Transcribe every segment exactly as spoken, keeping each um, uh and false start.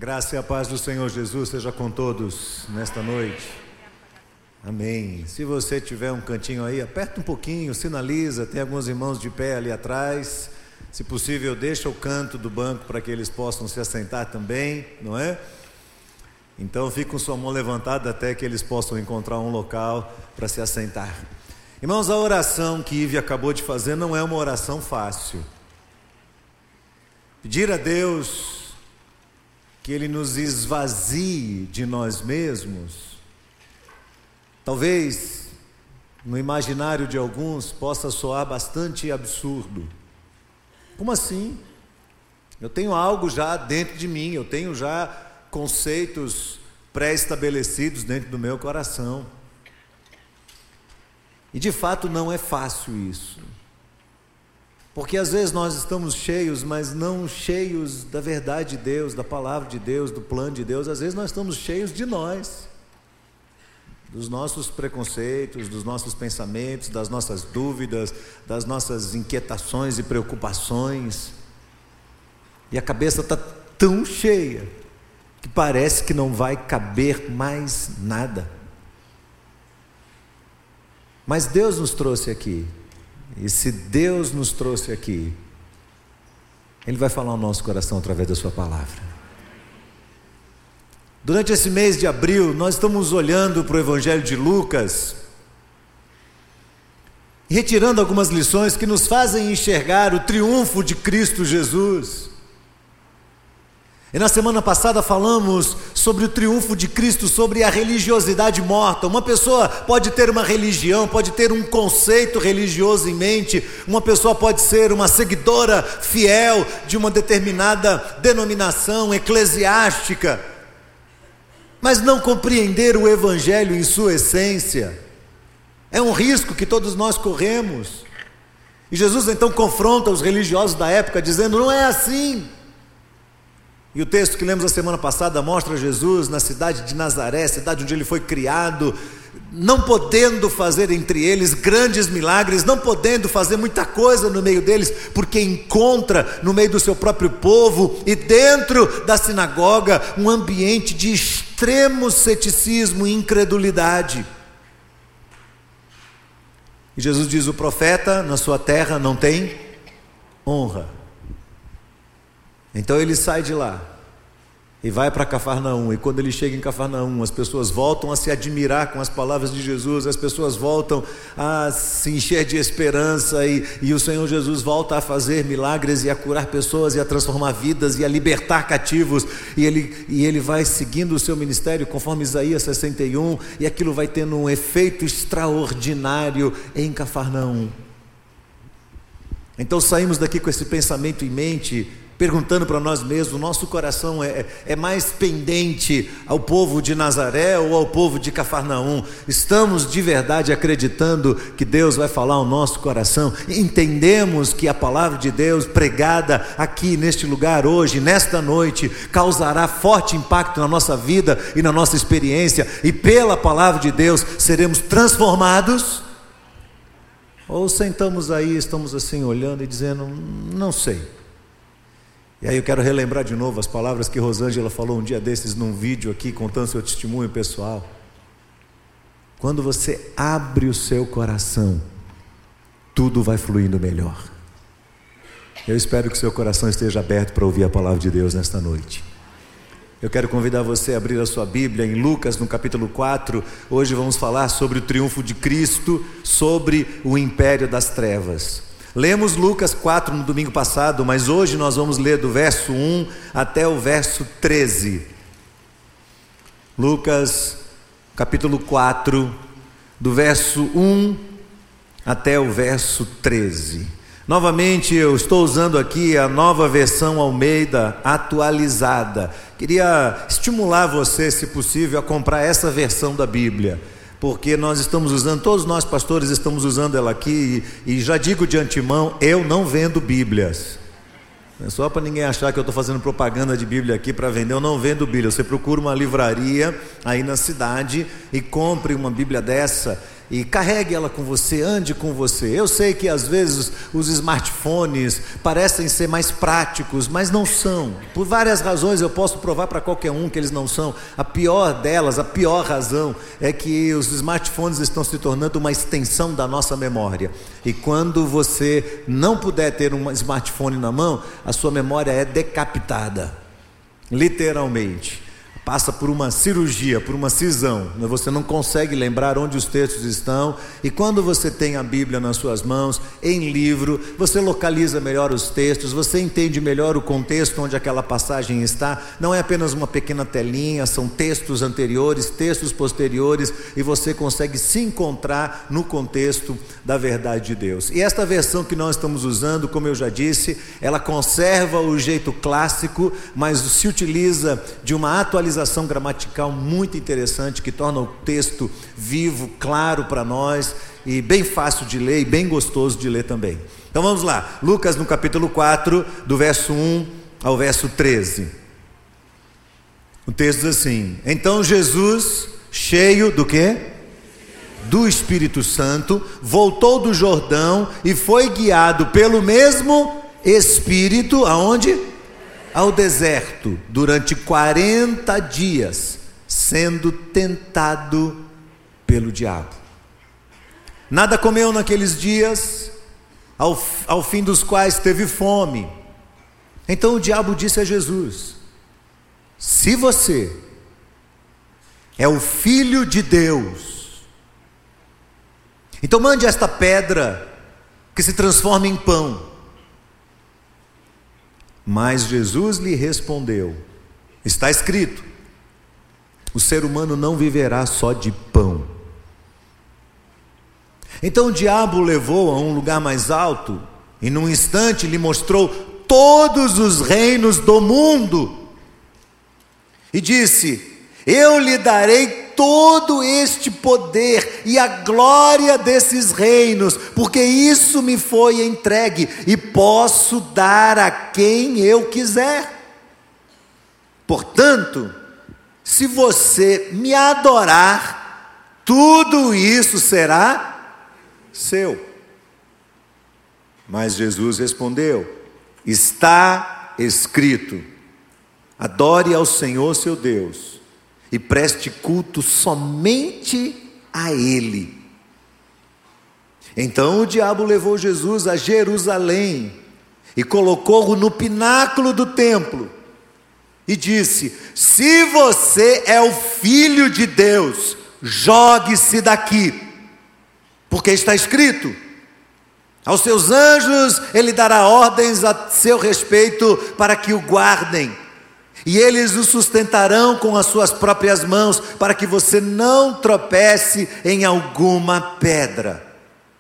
graça e a paz do Senhor Jesus seja com todos nesta noite. Amém. Se você tiver um cantinho aí, aperta um pouquinho, sinaliza, tem alguns irmãos de pé ali atrás. Se possível, deixa o canto do banco para que eles possam se assentar também, não é? Então fique com sua mão levantada até que eles possam encontrar um local para se assentar. Irmãos, a oração que Ive acabou de fazer não é uma oração fácil. Pedir a Deus que Ele nos esvazie de nós mesmos, talvez no imaginário de alguns possa soar bastante absurdo. Como assim? Eu tenho algo já dentro de mim, eu tenho já conceitos pré-estabelecidos dentro do meu coração. E de fato não é fácil isso. Porque às vezes nós estamos cheios, mas não cheios da verdade de Deus, da palavra de Deus, do plano de Deus. Às vezes nós estamos cheios de nós, dos nossos preconceitos, dos nossos pensamentos, das nossas dúvidas, das nossas inquietações e preocupações. E a cabeça está tão cheia que parece que não vai caber mais nada. Mas Deus nos trouxe aqui. E se Deus nos trouxe aqui, Ele vai falar ao nosso coração através da sua palavra. Durante esse mês de abril, nós estamos olhando para o Evangelho de Lucas e retirando algumas lições que nos fazem enxergar o triunfo de Cristo Jesus. E na semana passada falamos sobre o triunfo de Cristo sobre a religiosidade morta. Uma pessoa pode ter uma religião, pode ter um conceito religioso em mente, uma pessoa pode ser uma seguidora fiel de uma determinada denominação eclesiástica, mas não compreender o Evangelho em sua essência. É um risco que todos nós corremos. E Jesus então confronta os religiosos da época dizendo: não é assim. E o texto que lemos a semana passada mostra Jesus na cidade de Nazaré, cidade onde ele foi criado, não podendo fazer entre eles grandes milagres, não podendo fazer muita coisa no meio deles, porque encontra no meio do seu próprio povo e dentro da sinagoga um ambiente de extremo ceticismo e incredulidade. E Jesus diz: o profeta na sua terra não tem honra. Então ele sai de lá e vai para Cafarnaum, e quando ele chega em Cafarnaum, as pessoas voltam a se admirar com as palavras de Jesus, as pessoas voltam a se encher de esperança, e, e o Senhor Jesus volta a fazer milagres, e a curar pessoas, e a transformar vidas, e a libertar cativos, e ele, e ele vai seguindo o seu ministério, conforme Isaías sessenta e um, e aquilo vai tendo um efeito extraordinário em Cafarnaum. Então saímos daqui com esse pensamento em mente, perguntando para nós mesmos: o nosso coração é, é mais pendente ao povo de Nazaré ou ao povo de Cafarnaum? Estamos de verdade acreditando que Deus vai falar ao nosso coração? Entendemos que a palavra de Deus pregada aqui neste lugar hoje, nesta noite, causará forte impacto na nossa vida e na nossa experiência, e pela palavra de Deus seremos transformados? Ou sentamos aí, estamos assim olhando e dizendo: não sei. E aí eu quero relembrar de novo as palavras que Rosângela falou um dia desses num vídeo aqui, contando seu testemunho pessoal. Quando você abre o seu coração, tudo vai fluindo melhor. Eu espero que o seu coração esteja aberto para ouvir a palavra de Deus nesta noite. Eu quero convidar você a abrir a sua Bíblia em Lucas, no capítulo quatro. Hoje vamos falar sobre o triunfo de Cristo sobre o império das trevas. Lemos Lucas quatro no domingo passado, mas hoje nós vamos ler do verso um até o verso treze. Lucas capítulo quatro, do verso um até o verso treze. Novamente eu estou usando aqui a nova versão Almeida atualizada. Queria estimular você, se possível, a comprar essa versão da Bíblia, porque nós estamos usando, todos nós pastores estamos usando ela aqui, e, e já digo de antemão, eu não vendo Bíblias. É só para ninguém achar que eu estou fazendo propaganda de Bíblia aqui para vender. Eu não vendo Bíblia. Você procura uma livraria aí na cidade e compre uma Bíblia dessa. e carregue ela com você, ande com você. Eu sei que às vezes os smartphones parecem ser mais práticos, mas não são. Por várias razões eu posso provar para qualquer um que eles não são. A pior delas, a pior razão é que os smartphones estão se tornando uma extensão da nossa memória. E quando você não puder ter um smartphone na mão, a sua memória é decapitada, literalmente. Passa por uma cirurgia, por uma cisão, você não consegue lembrar onde os textos estão, e quando você tem a Bíblia nas suas mãos, em livro, você localiza melhor os textos, você entende melhor o contexto onde aquela passagem está. Não é apenas uma pequena telinha, são textos anteriores, textos posteriores, e você consegue se encontrar no contexto da verdade de Deus. E esta versão que nós estamos usando, como eu já disse, ela conserva o jeito clássico, mas se utiliza de uma atualização gramatical muito interessante, que torna o texto vivo, claro para nós, e bem fácil de ler e bem gostoso de ler também. Então vamos lá, Lucas no capítulo quatro, do verso um ao verso treze. O texto diz assim: então Jesus, cheio do quê? Do Espírito Santo, voltou do Jordão e foi guiado pelo mesmo Espírito, aonde? Ao deserto, durante quarenta dias, sendo tentado pelo diabo. Nada comeu naqueles dias, ao, ao fim dos quais teve fome. Então o diabo disse a Jesus: se você é o Filho de Deus, então mande esta pedra que se transforme em pão. Mas Jesus lhe respondeu: está escrito, o ser humano não viverá só de pão. Então o diabo o levou a um lugar mais alto, e num instante lhe mostrou todos os reinos do mundo, e disse: eu lhe darei todo este poder e a glória desses reinos, porque isso me foi entregue, e posso dar a quem eu quiser. Portanto, se você me adorar, tudo isso será seu. Mas Jesus respondeu: está escrito, adore ao Senhor seu Deus, e preste culto somente a Ele. Então o diabo levou Jesus a Jerusalém e colocou-o no pináculo do templo e disse: se você é o Filho de Deus, jogue-se daqui, porque está escrito, aos seus anjos ele dará ordens a seu respeito para que o guardem, e eles o sustentarão com as suas próprias mãos, para que você não tropece em alguma pedra.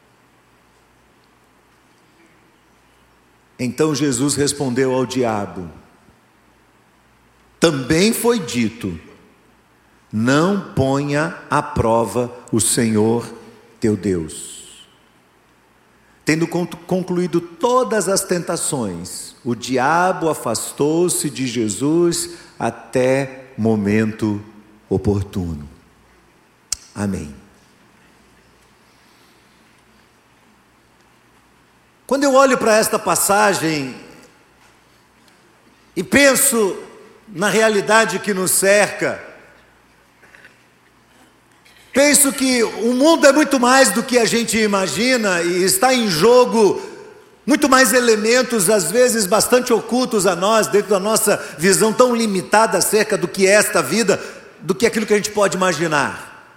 Então Jesus respondeu ao diabo: também foi dito, não ponha à prova o Senhor teu Deus. Tendo concluído todas as tentações, o diabo afastou-se de Jesus até momento oportuno. Amém. Quando eu olho para esta passagem e penso na realidade que nos cerca, penso que o mundo é muito mais do que a gente imagina, e está em jogo muito mais elementos, às vezes bastante ocultos a nós, dentro da nossa visão tão limitada acerca do que é esta vida, do que aquilo que a gente pode imaginar.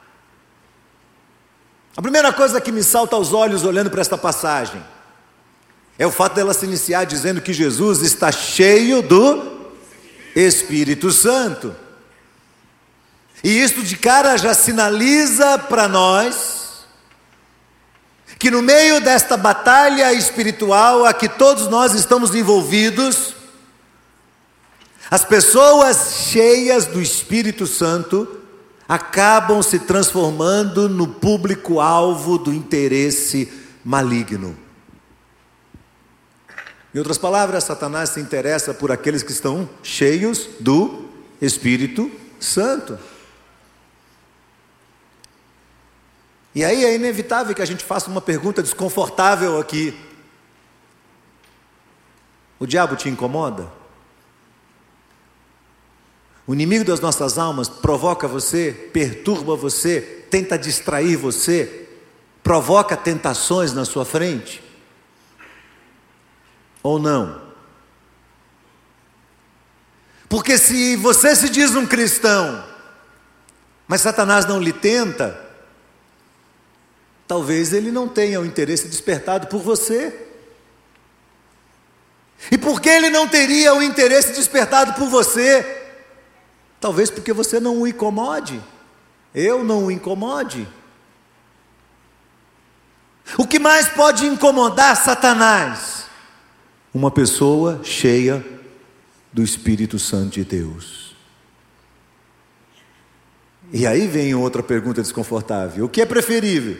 A primeira coisa que me salta aos olhos olhando para esta passagem é o fato dela se iniciar dizendo que Jesus está cheio do Espírito Santo. E isto de cara já sinaliza para nós que no meio desta batalha espiritual a que todos nós estamos envolvidos, as pessoas cheias do Espírito Santo acabam se transformando no público-alvo do interesse maligno. Em outras palavras, Satanás se interessa por aqueles que estão cheios do Espírito Santo. E aí é inevitável que a gente faça uma pergunta desconfortável aqui. O diabo te incomoda? O inimigo das nossas almas provoca você, perturba você, tenta distrair você, provoca tentações na sua frente? Ou não? Porque se você se diz um cristão, mas Satanás não lhe tenta, talvez ele não tenha o interesse despertado por você. E por que ele não teria o interesse despertado por você? Talvez porque você não o incomode, eu não o incomode. O que mais pode incomodar Satanás? Uma pessoa cheia do Espírito Santo de Deus. E aí vem outra pergunta desconfortável: o que é preferível?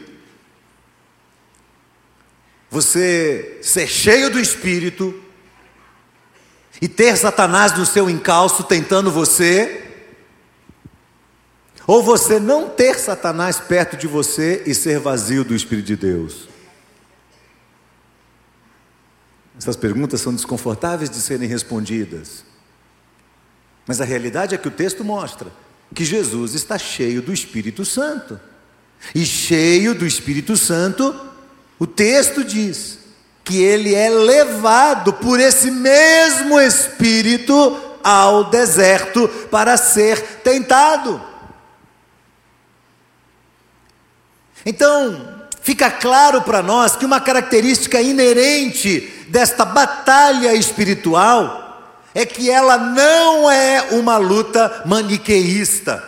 Você ser cheio do Espírito e ter Satanás no seu encalço tentando você, ou você não ter Satanás perto de você e ser vazio do Espírito de Deus? Essas perguntas são desconfortáveis de serem respondidas, mas a realidade é que o texto mostra que Jesus está cheio do Espírito Santo, e cheio do Espírito Santo, o texto diz que ele é levado por esse mesmo Espírito ao deserto para ser tentado. Então, fica claro para nós que uma característica inerente desta batalha espiritual é que ela não é uma luta maniqueísta.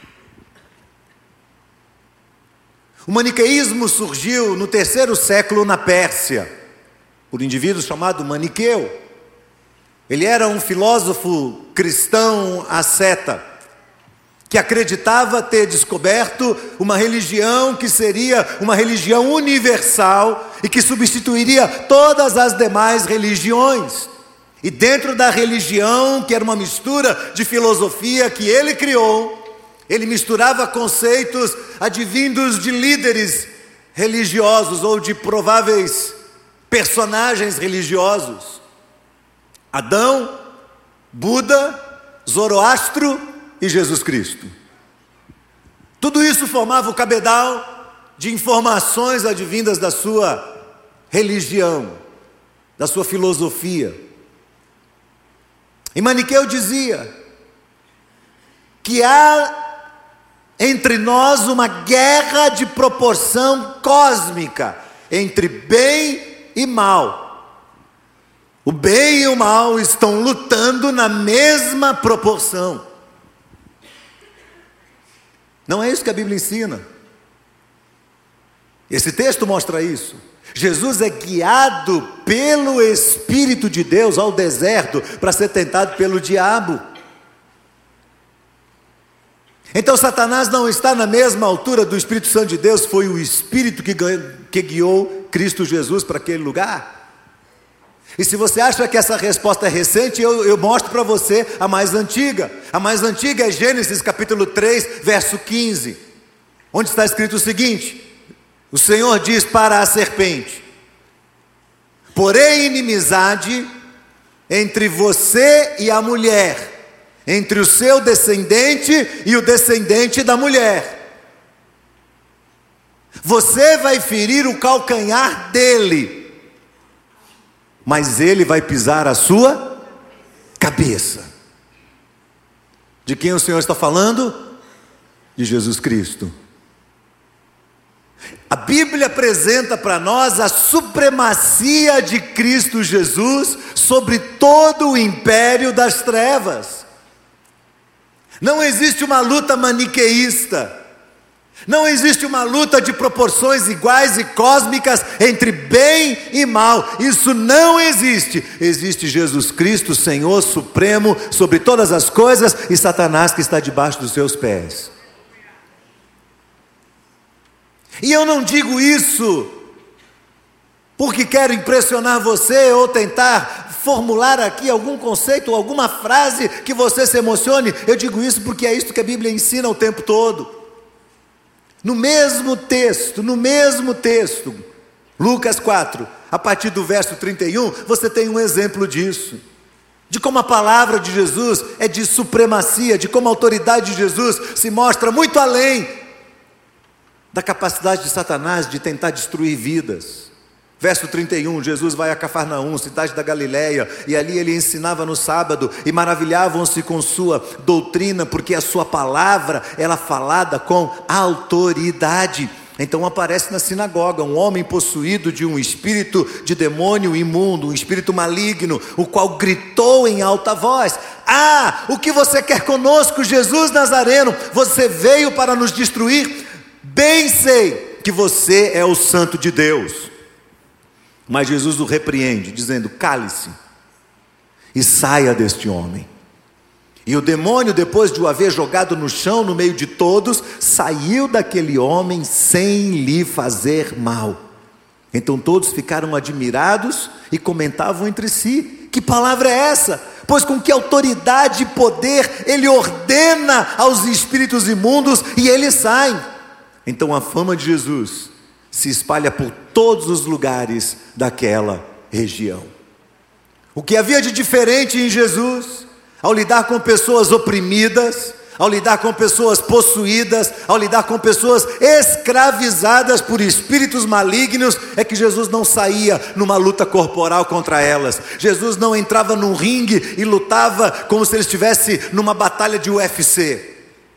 O maniqueísmo surgiu no terceiro século na Pérsia, por um indivíduo chamado Maniqueu. Ele era um filósofo cristão asceta, que acreditava ter descoberto uma religião que seria uma religião universal e que substituiria todas as demais religiões. E dentro da religião, que era uma mistura de filosofia que ele criou, ele misturava conceitos advindos de líderes religiosos ou de prováveis personagens religiosos: Adão, Buda, Zoroastro e Jesus Cristo. Tudo isso formava o cabedal de informações advindas da sua religião, da sua filosofia. E Maniqueu dizia que há entre nós uma guerra de proporção cósmica entre bem e mal. O bem e o mal estão lutando na mesma proporção. Não é isso que a Bíblia ensina. Esse texto mostra isso. Jesus é guiado pelo Espírito de Deus ao deserto para ser tentado pelo diabo. Então Satanás não está na mesma altura do Espírito Santo de Deus. Foi o Espírito que, que guiou Cristo Jesus para aquele lugar. E se você acha que essa resposta é recente, eu, eu mostro para você a mais antiga. A mais antiga é Gênesis capítulo três, verso quinze, onde está escrito o seguinte: o Senhor diz para a serpente: porém inimizade entre você e a mulher, entre o seu descendente e o descendente da mulher. Você vai ferir o calcanhar dele, mas ele vai pisar a sua cabeça. De quem o Senhor está falando? De Jesus Cristo. A Bíblia apresenta para nós a supremacia de Cristo Jesus sobre todo o império das trevas. Não existe uma luta maniqueísta. Não existe uma luta de proporções iguais e cósmicas entre bem e mal. Isso não existe. Existe Jesus Cristo, Senhor Supremo sobre todas as coisas, e Satanás que está debaixo dos seus pés. E eu não digo isso porque quero impressionar você ou tentar formular aqui algum conceito ou alguma frase que você se emocione. Eu digo isso porque é isso que a Bíblia ensina o tempo todo. No mesmo texto, no mesmo texto, Lucas quatro, a partir do verso trinta e um, você tem um exemplo disso. De como a palavra de Jesus é de supremacia, de como a autoridade de Jesus se mostra muito além da capacidade de Satanás de tentar destruir vidas. Verso trinta e um, Jesus vai a Cafarnaum, cidade da Galileia, e ali ele ensinava no sábado, e maravilhavam-se com sua doutrina, porque a sua palavra era falada com autoridade. Então aparece na sinagoga um homem possuído de um espírito de demônio imundo, um espírito maligno, o qual gritou em alta voz: ah, o que você quer conosco, Jesus Nazareno? Você veio para nos destruir? Bem sei que você é o Santo de Deus. Mas Jesus o repreende, dizendo: cale-se e saia deste homem. E o demônio, depois de o haver jogado no chão no meio de todos, saiu daquele homem sem lhe fazer mal. Então todos ficaram admirados e comentavam entre si: que palavra é essa? Pois com que autoridade e poder ele ordena aos espíritos imundos e eles saem. Então a fama de Jesus se espalha por todos os lugares daquela região. O que havia de diferente em Jesus, ao lidar com pessoas oprimidas, ao lidar com pessoas possuídas, ao lidar com pessoas escravizadas por espíritos malignos, é que Jesus não saía numa luta corporal contra elas. Jesus não entrava num ringue e lutava como se ele estivesse numa batalha de U F C.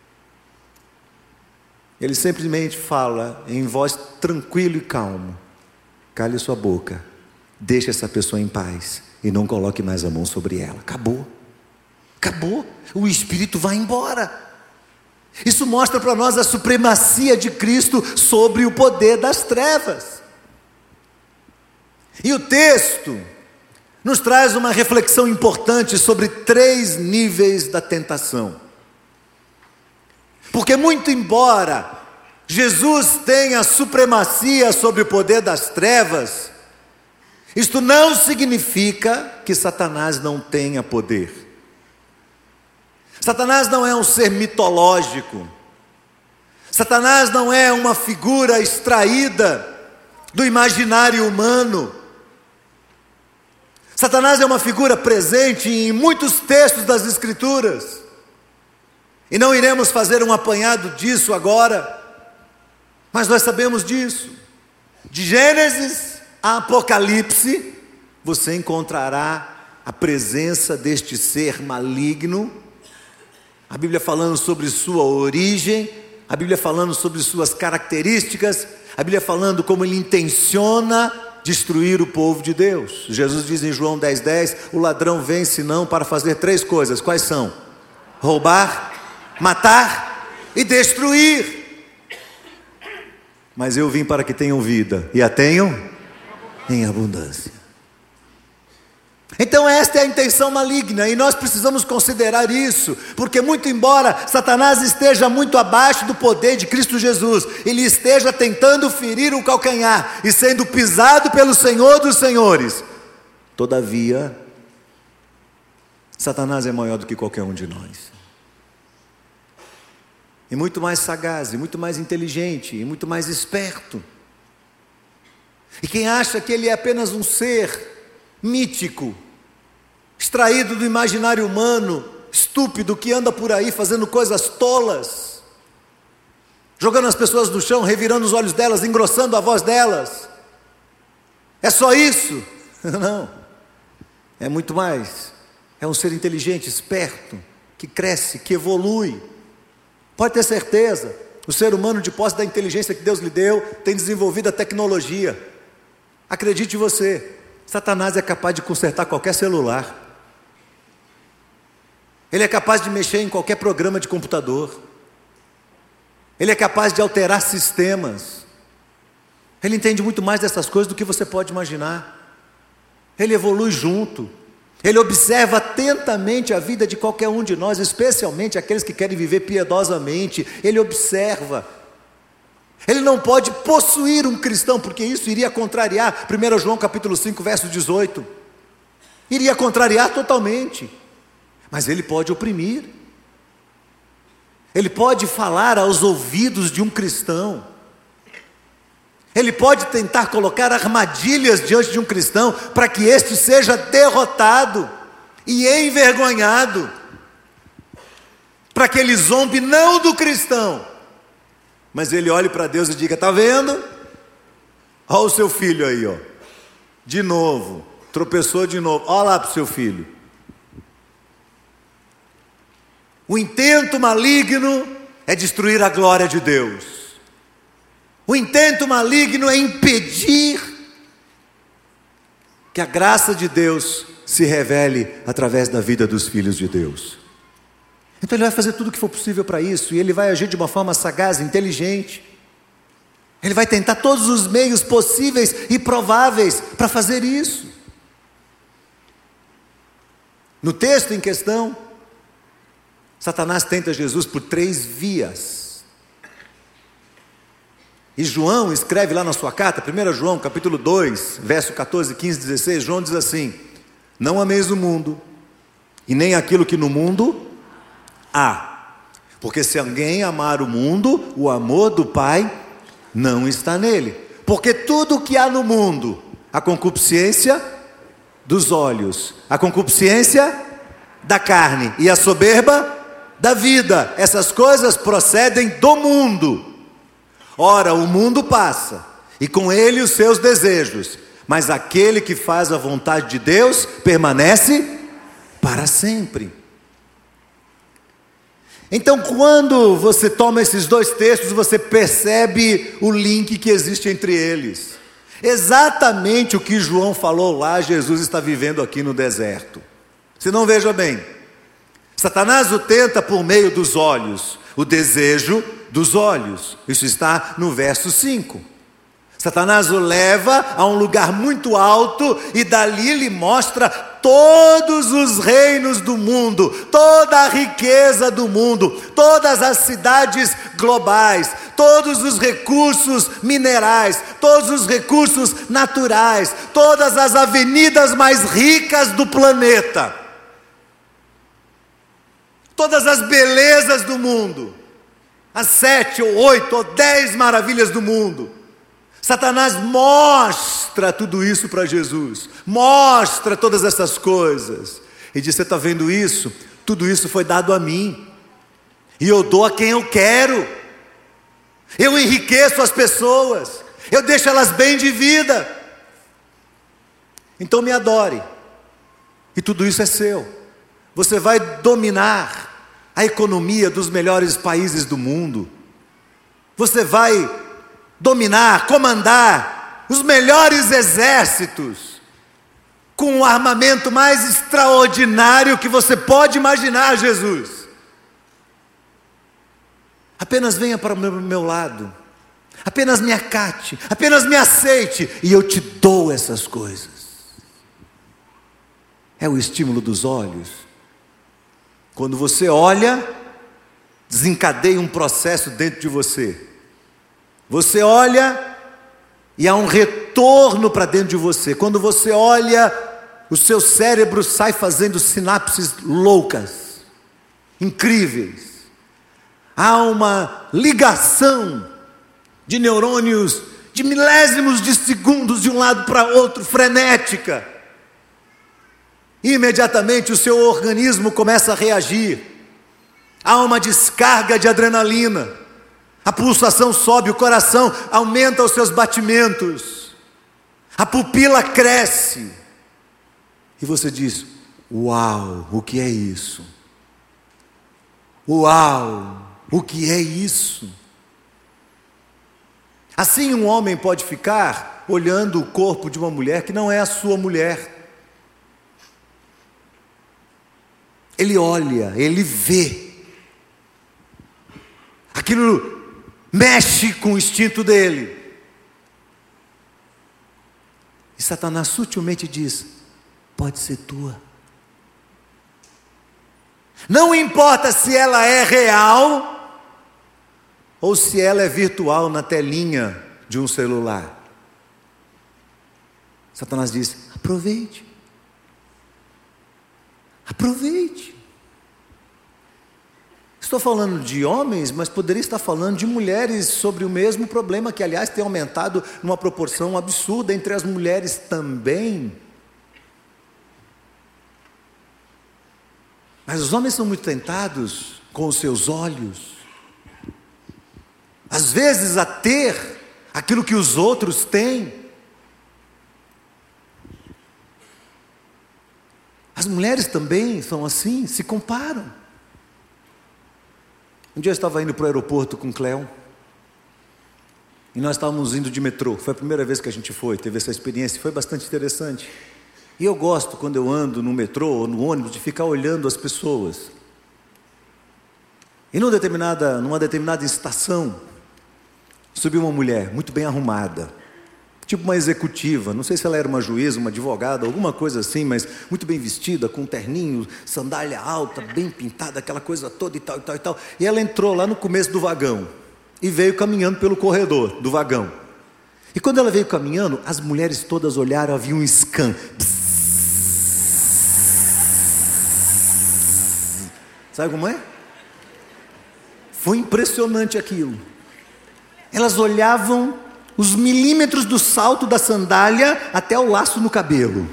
Ele simplesmente fala em voz tranquila e calma: cale sua boca, deixe essa pessoa em paz e não coloque mais a mão sobre ela. Acabou, acabou, o espírito vai embora. Isso mostra para nós a supremacia de Cristo sobre o poder das trevas. E o texto nos traz uma reflexão importante sobre três níveis da tentação. Porque muito embora Jesus tenha supremacia sobre o poder das trevas, isto não significa que Satanás não tenha poder. Satanás não é um ser mitológico. Satanás não é uma figura extraída do imaginário humano. Satanás é uma figura presente em muitos textos das Escrituras. E não iremos fazer um apanhado disso agora, mas nós sabemos disso. De Gênesis a Apocalipse, você encontrará a presença deste ser maligno, a Bíblia falando sobre sua origem, a Bíblia falando sobre suas características, a Bíblia falando como ele intenciona destruir o povo de Deus. Jesus diz em João dez, dez, o ladrão vem senão para fazer três coisas. Quais são? Roubar, matar e destruir. Mas eu vim para que tenham vida e a tenham em abundância. Então esta é a intenção maligna, e nós precisamos considerar isso, porque muito embora Satanás esteja muito abaixo do poder de Cristo Jesus, ele esteja tentando ferir o calcanhar e sendo pisado pelo Senhor dos Senhores, todavia Satanás é maior do que qualquer um de nós, e muito mais sagaz, e muito mais inteligente, e muito mais esperto. E quem acha que ele é apenas um ser mítico, extraído do imaginário humano, estúpido, que anda por aí fazendo coisas tolas, jogando as pessoas no chão, revirando os olhos delas, engrossando a voz delas, é só isso? Não, é muito mais. É um ser inteligente, esperto, que cresce, que evolui. Pode ter certeza, o ser humano, de posse da inteligência que Deus lhe deu, tem desenvolvido a tecnologia. Acredite você, Satanás é capaz de consertar qualquer celular. Ele é capaz de mexer em qualquer programa de computador. Ele é capaz de alterar sistemas. Ele entende muito mais dessas coisas do que você pode imaginar. Ele evolui junto. Ele observa atentamente a vida de qualquer um de nós, especialmente aqueles que querem viver piedosamente. Ele observa. Ele não pode possuir um cristão, porque isso iria contrariar primeiro João capítulo cinco, verso dezoito. Iria contrariar totalmente. Mas ele pode oprimir. Ele pode falar aos ouvidos de um cristão. Ele pode tentar colocar armadilhas diante de um cristão para que este seja derrotado e envergonhado, para que ele zombe não do cristão, mas ele olhe para Deus e diga: está vendo? Olha o seu filho aí, ó. De novo, tropeçou de novo. Olha lá para o seu filho. O intento maligno é destruir a glória de Deus. O intento maligno é impedir que a graça de Deus se revele através da vida dos filhos de Deus. Então ele vai fazer tudo o que for possível para isso, e ele vai agir de uma forma sagaz, inteligente. Ele vai tentar todos os meios possíveis e prováveis para fazer isso. No texto em questão, Satanás tenta Jesus por três vias. E João escreve lá na sua carta, primeiro João, capítulo dois, verso catorze, quinze, dezesseis, João diz assim: não ameis o mundo, e nem aquilo que no mundo há. Porque se alguém amar o mundo, o amor do Pai não está nele. Porque tudo o que há no mundo, a concupiscência dos olhos, a concupiscência da carne e a soberba da vida, essas coisas procedem do mundo. Ora, o mundo passa, e com ele os seus desejos, mas aquele que faz a vontade de Deus permanece para sempre. Então, quando você toma esses dois textos, você percebe o link que existe entre eles. Exatamente o que João falou lá, Jesus está vivendo aqui no deserto. Se não, veja bem, Satanás o tenta por meio dos olhos, o desejo dos olhos. Isso está no verso cinco. Satanás o leva a um lugar muito alto e dali lhe mostra todos os reinos do mundo, toda a riqueza do mundo, todas as cidades globais, todos os recursos minerais, todos os recursos naturais, todas as avenidas mais ricas do planeta, todas as belezas do mundo, as sete ou oito ou dez maravilhas do mundo. Satanás mostra tudo isso para Jesus, mostra todas essas coisas, e diz: você está vendo isso? Tudo isso foi dado a mim, e eu dou a quem eu quero, eu enriqueço as pessoas, eu deixo elas bem de vida, então me adore, e tudo isso é seu. Você vai dominar a economia dos melhores países do mundo, você vai dominar, comandar os melhores exércitos, com o armamento mais extraordinário que você pode imaginar, Jesus. Apenas venha para o meu, meu lado, apenas me acate, apenas me aceite, e eu te dou essas coisas. É o estímulo dos olhos. Quando você olha, desencadeia um processo dentro de você. Você olha e há um retorno para dentro de você. Quando você olha, o seu cérebro sai fazendo sinapses loucas, incríveis. Há uma ligação de neurônios de milésimos de segundos de um lado para outro, frenética. E imediatamente o seu organismo começa a reagir. Há uma descarga de adrenalina. A pulsação sobe, o coração aumenta os seus batimentos, a pupila cresce, e você diz: uau, o que é isso? Uau, o que é isso? Assim um homem pode ficar olhando o corpo de uma mulher que não é a sua mulher. Ele olha, ele vê, aquilo mexe com o instinto dele. E Satanás sutilmente diz: pode ser tua. Não importa se ela é real ou se ela é virtual na telinha de um celular. Satanás diz: aproveite. Aproveite. Estou falando de homens, mas poderia estar falando de mulheres sobre o mesmo problema, que aliás tem aumentado numa proporção absurda entre as mulheres também. Mas os homens são muito tentados com os seus olhos, às vezes a ter aquilo que os outros têm. As mulheres também são assim, se comparam. Um dia eu estava indo para o aeroporto com o Cléo, e nós estávamos indo de metrô. Foi a primeira vez que a gente foi, teve essa experiência, foi bastante interessante. E eu gosto, quando eu ando no metrô ou no ônibus, de ficar olhando as pessoas. E numa determinada, numa determinada estação, subiu uma mulher muito bem arrumada, tipo uma executiva, não sei se ela era uma juíza, uma advogada, alguma coisa assim, mas muito bem vestida, com um terninho, sandália alta, bem pintada, aquela coisa toda e tal e tal e tal. E ela entrou lá no começo do vagão e veio caminhando pelo corredor do vagão. E quando ela veio caminhando, as mulheres todas olharam, havia um scan. Sabe como é? Foi impressionante aquilo. Elas olhavam os milímetros do salto da sandália até o laço no cabelo.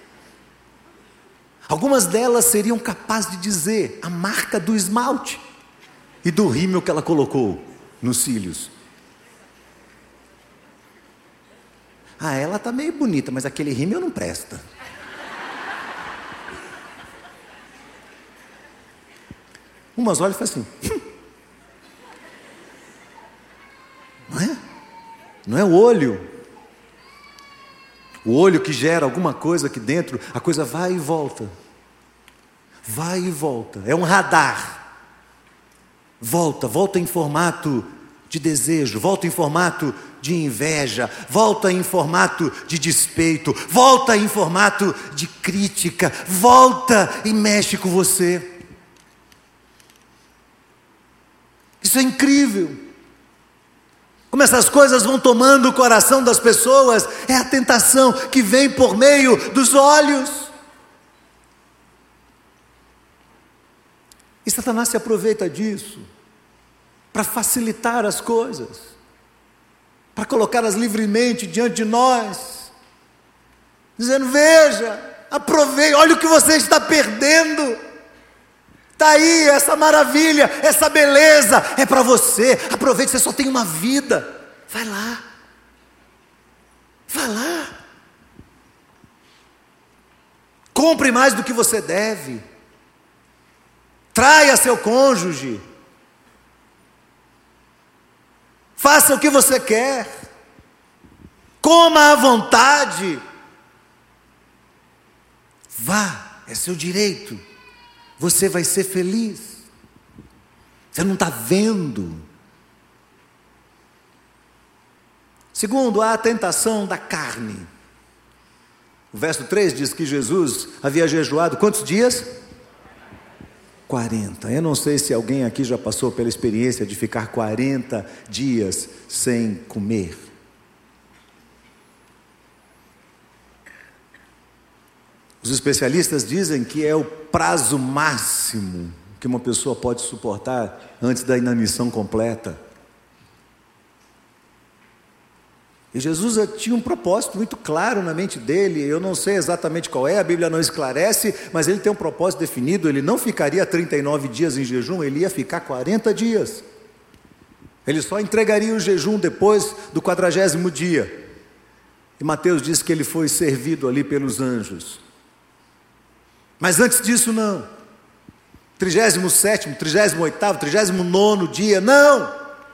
Algumas delas seriam capazes de dizer a marca do esmalte e do rímel que ela colocou nos cílios. Ah, ela está meio bonita, mas aquele rímel não presta. Umas olham e fazem assim. Hum. Não é? Não é o olho. O olho que gera alguma coisa aqui dentro, a coisa vai e volta. Vai e volta. É um radar. Volta, volta em formato de desejo, volta em formato de inveja, volta em formato de despeito, volta em formato de crítica, volta e mexe com você. Isso é incrível. Como essas coisas vão tomando o coração das pessoas, é a tentação que vem por meio dos olhos. E Satanás se aproveita disso para facilitar as coisas, para colocá-las livremente diante de nós, dizendo: veja, aproveite, olha o que você está perdendo. Está aí essa maravilha, essa beleza, é para você, aproveite, você só tem uma vida, vai lá, vai lá, compre mais do que você deve, traia seu cônjuge, faça o que você quer, coma à vontade, vá, é seu direito. Você vai ser feliz. Você não está vendo. Segundo, há a tentação da carne. O verso três diz que Jesus havia jejuado quantos dias? quarenta. Eu não sei se alguém aqui já passou pela experiência de ficar quarenta dias sem comer. Os especialistas dizem que é o prazo máximo que uma pessoa pode suportar antes da inanição completa. E Jesus tinha um propósito muito claro na mente dele. Eu não sei exatamente qual é, a Bíblia não esclarece, mas ele tem um propósito definido. Ele não ficaria trinta e nove dias em jejum, ele ia ficar quarenta dias. Ele só entregaria o jejum depois do quadragésimo dia. E Mateus diz que ele foi servido ali pelos anjos. Mas antes disso não, trigésimo sétimo, trigésimo oitavo, trigésimo nono dia, não.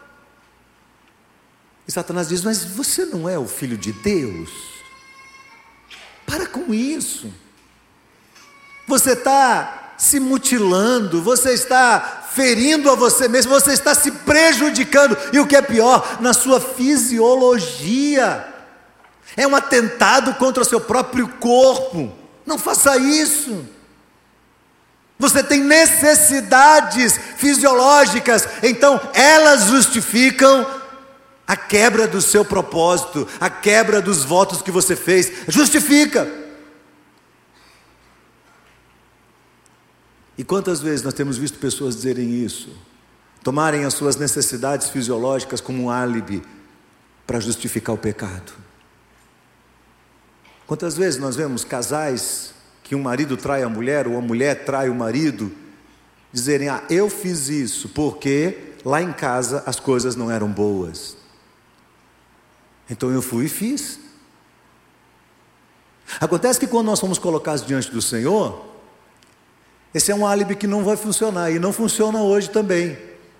E Satanás diz: mas você não é o Filho de Deus? Para com isso. Você está se mutilando, você está ferindo a você mesmo, você está se prejudicando, e o que é pior, na sua fisiologia. É um atentado contra o seu próprio corpo. Não faça isso. Você tem necessidades fisiológicas, então elas justificam a quebra do seu propósito, a quebra dos votos que você fez, justifica. E quantas vezes nós temos visto pessoas dizerem isso, tomarem as suas necessidades fisiológicas como um álibi para justificar o pecado? Quantas vezes nós vemos casais que um marido trai a mulher, ou a mulher trai o marido, dizerem: ah, eu fiz isso porque lá em casa as coisas não eram boas, então eu fui e fiz. Acontece que quando nós somos colocados diante do Senhor, esse é um álibi que não vai funcionar, e não funciona hoje também.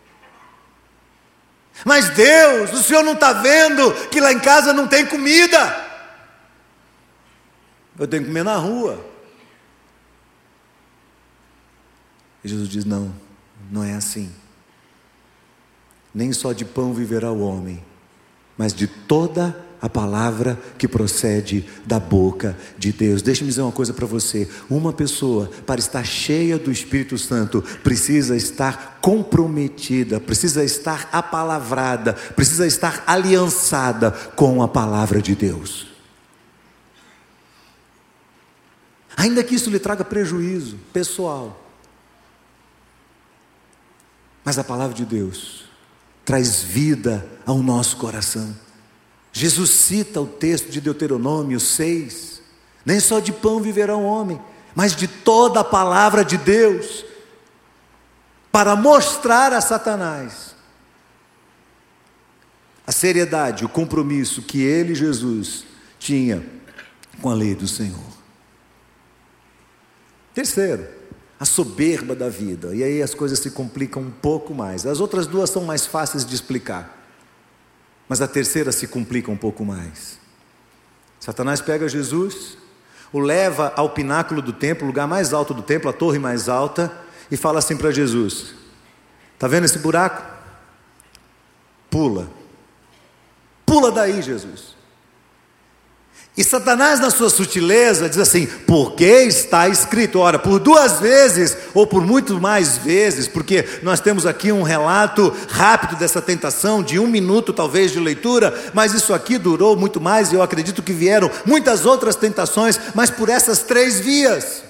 Mas Deus, o Senhor não está vendo que lá em casa não tem comida? Eu tenho que comer na rua. E Jesus diz: não, não é assim. Nem só de pão viverá o homem, mas de toda a palavra que procede da boca de Deus. Deixa-me dizer uma coisa para você: uma pessoa, para estar cheia do Espírito Santo, precisa estar comprometida, precisa estar apalavrada, precisa estar aliançada com a palavra de Deus. Ainda que isso lhe traga prejuízo pessoal, mas a palavra de Deus traz vida ao nosso coração. Jesus cita o texto de Deuteronômio seis: nem só de pão viverá o homem, mas de toda a palavra de Deus, para mostrar a Satanás a seriedade, o compromisso que ele, Jesus, tinha com a lei do Senhor. Terceiro, a soberba da vida. E aí as coisas se complicam um pouco mais. As outras duas são mais fáceis de explicar, mas a terceira se complica um pouco mais. Satanás pega Jesus, o leva ao pináculo do templo, o lugar mais alto do templo, a torre mais alta, e fala assim para Jesus: está vendo esse buraco? Pula. Pula daí, Jesus. E Satanás, na sua sutileza, diz assim: porque está escrito. Ora, por duas vezes, ou por muito mais vezes, porque nós temos aqui um relato rápido dessa tentação, de um minuto talvez de leitura, mas isso aqui durou muito mais, e eu acredito que vieram muitas outras tentações, mas por essas três vias.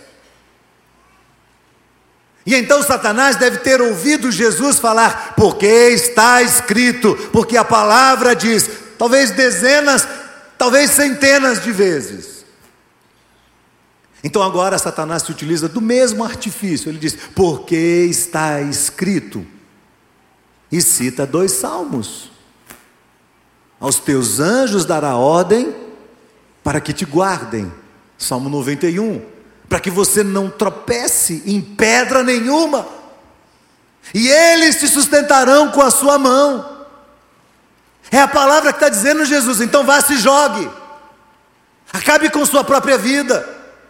E então Satanás deve ter ouvido Jesus falar: porque está escrito, porque a palavra diz, talvez dezenas, talvez centenas de vezes. Então agora Satanás se utiliza do mesmo artifício. Ele diz: porque está escrito, e cita dois salmos: aos teus anjos dará ordem para que te guardem, Salmo noventa e um, para que você não tropece em pedra nenhuma, e eles te sustentarão com a sua mão. É a palavra que está dizendo Jesus. Então vá, se jogue, acabe com sua própria vida.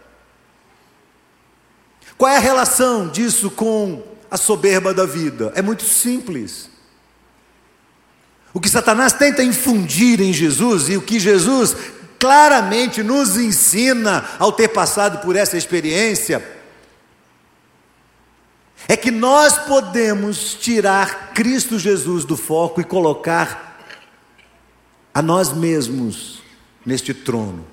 Qual é a relação disso com a soberba da vida? É muito simples. O que Satanás tenta infundir em Jesus, e o que Jesus claramente nos ensina ao ter passado por essa experiência, é que nós podemos tirar Cristo Jesus do foco e colocar a nós mesmos neste trono.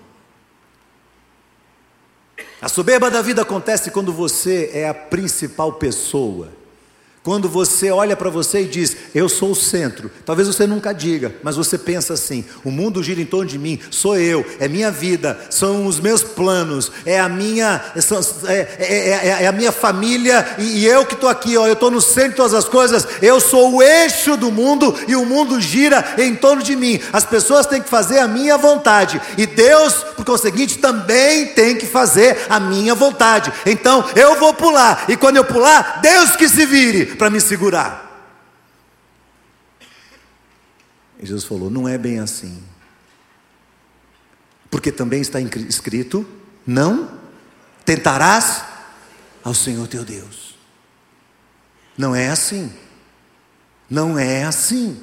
A soberba da vida acontece quando você é a principal pessoa. Quando você olha para você e diz: eu sou o centro. Talvez você nunca diga, mas você pensa assim: o mundo gira em torno de mim, sou eu, é minha vida, são os meus planos, é a minha, é, é, é, é a minha família, e, e eu que estou aqui, ó, eu estou no centro de todas as coisas, eu sou o eixo do mundo, e o mundo gira em torno de mim. As pessoas têm que fazer a minha vontade, e Deus, por conseguinte, também tem que fazer a minha vontade. Então eu vou pular, e quando eu pular, Deus que se vire para me segurar. E Jesus falou: não é bem assim, porque também está escrito: não tentarás ao Senhor teu Deus. Não é assim, não é assim.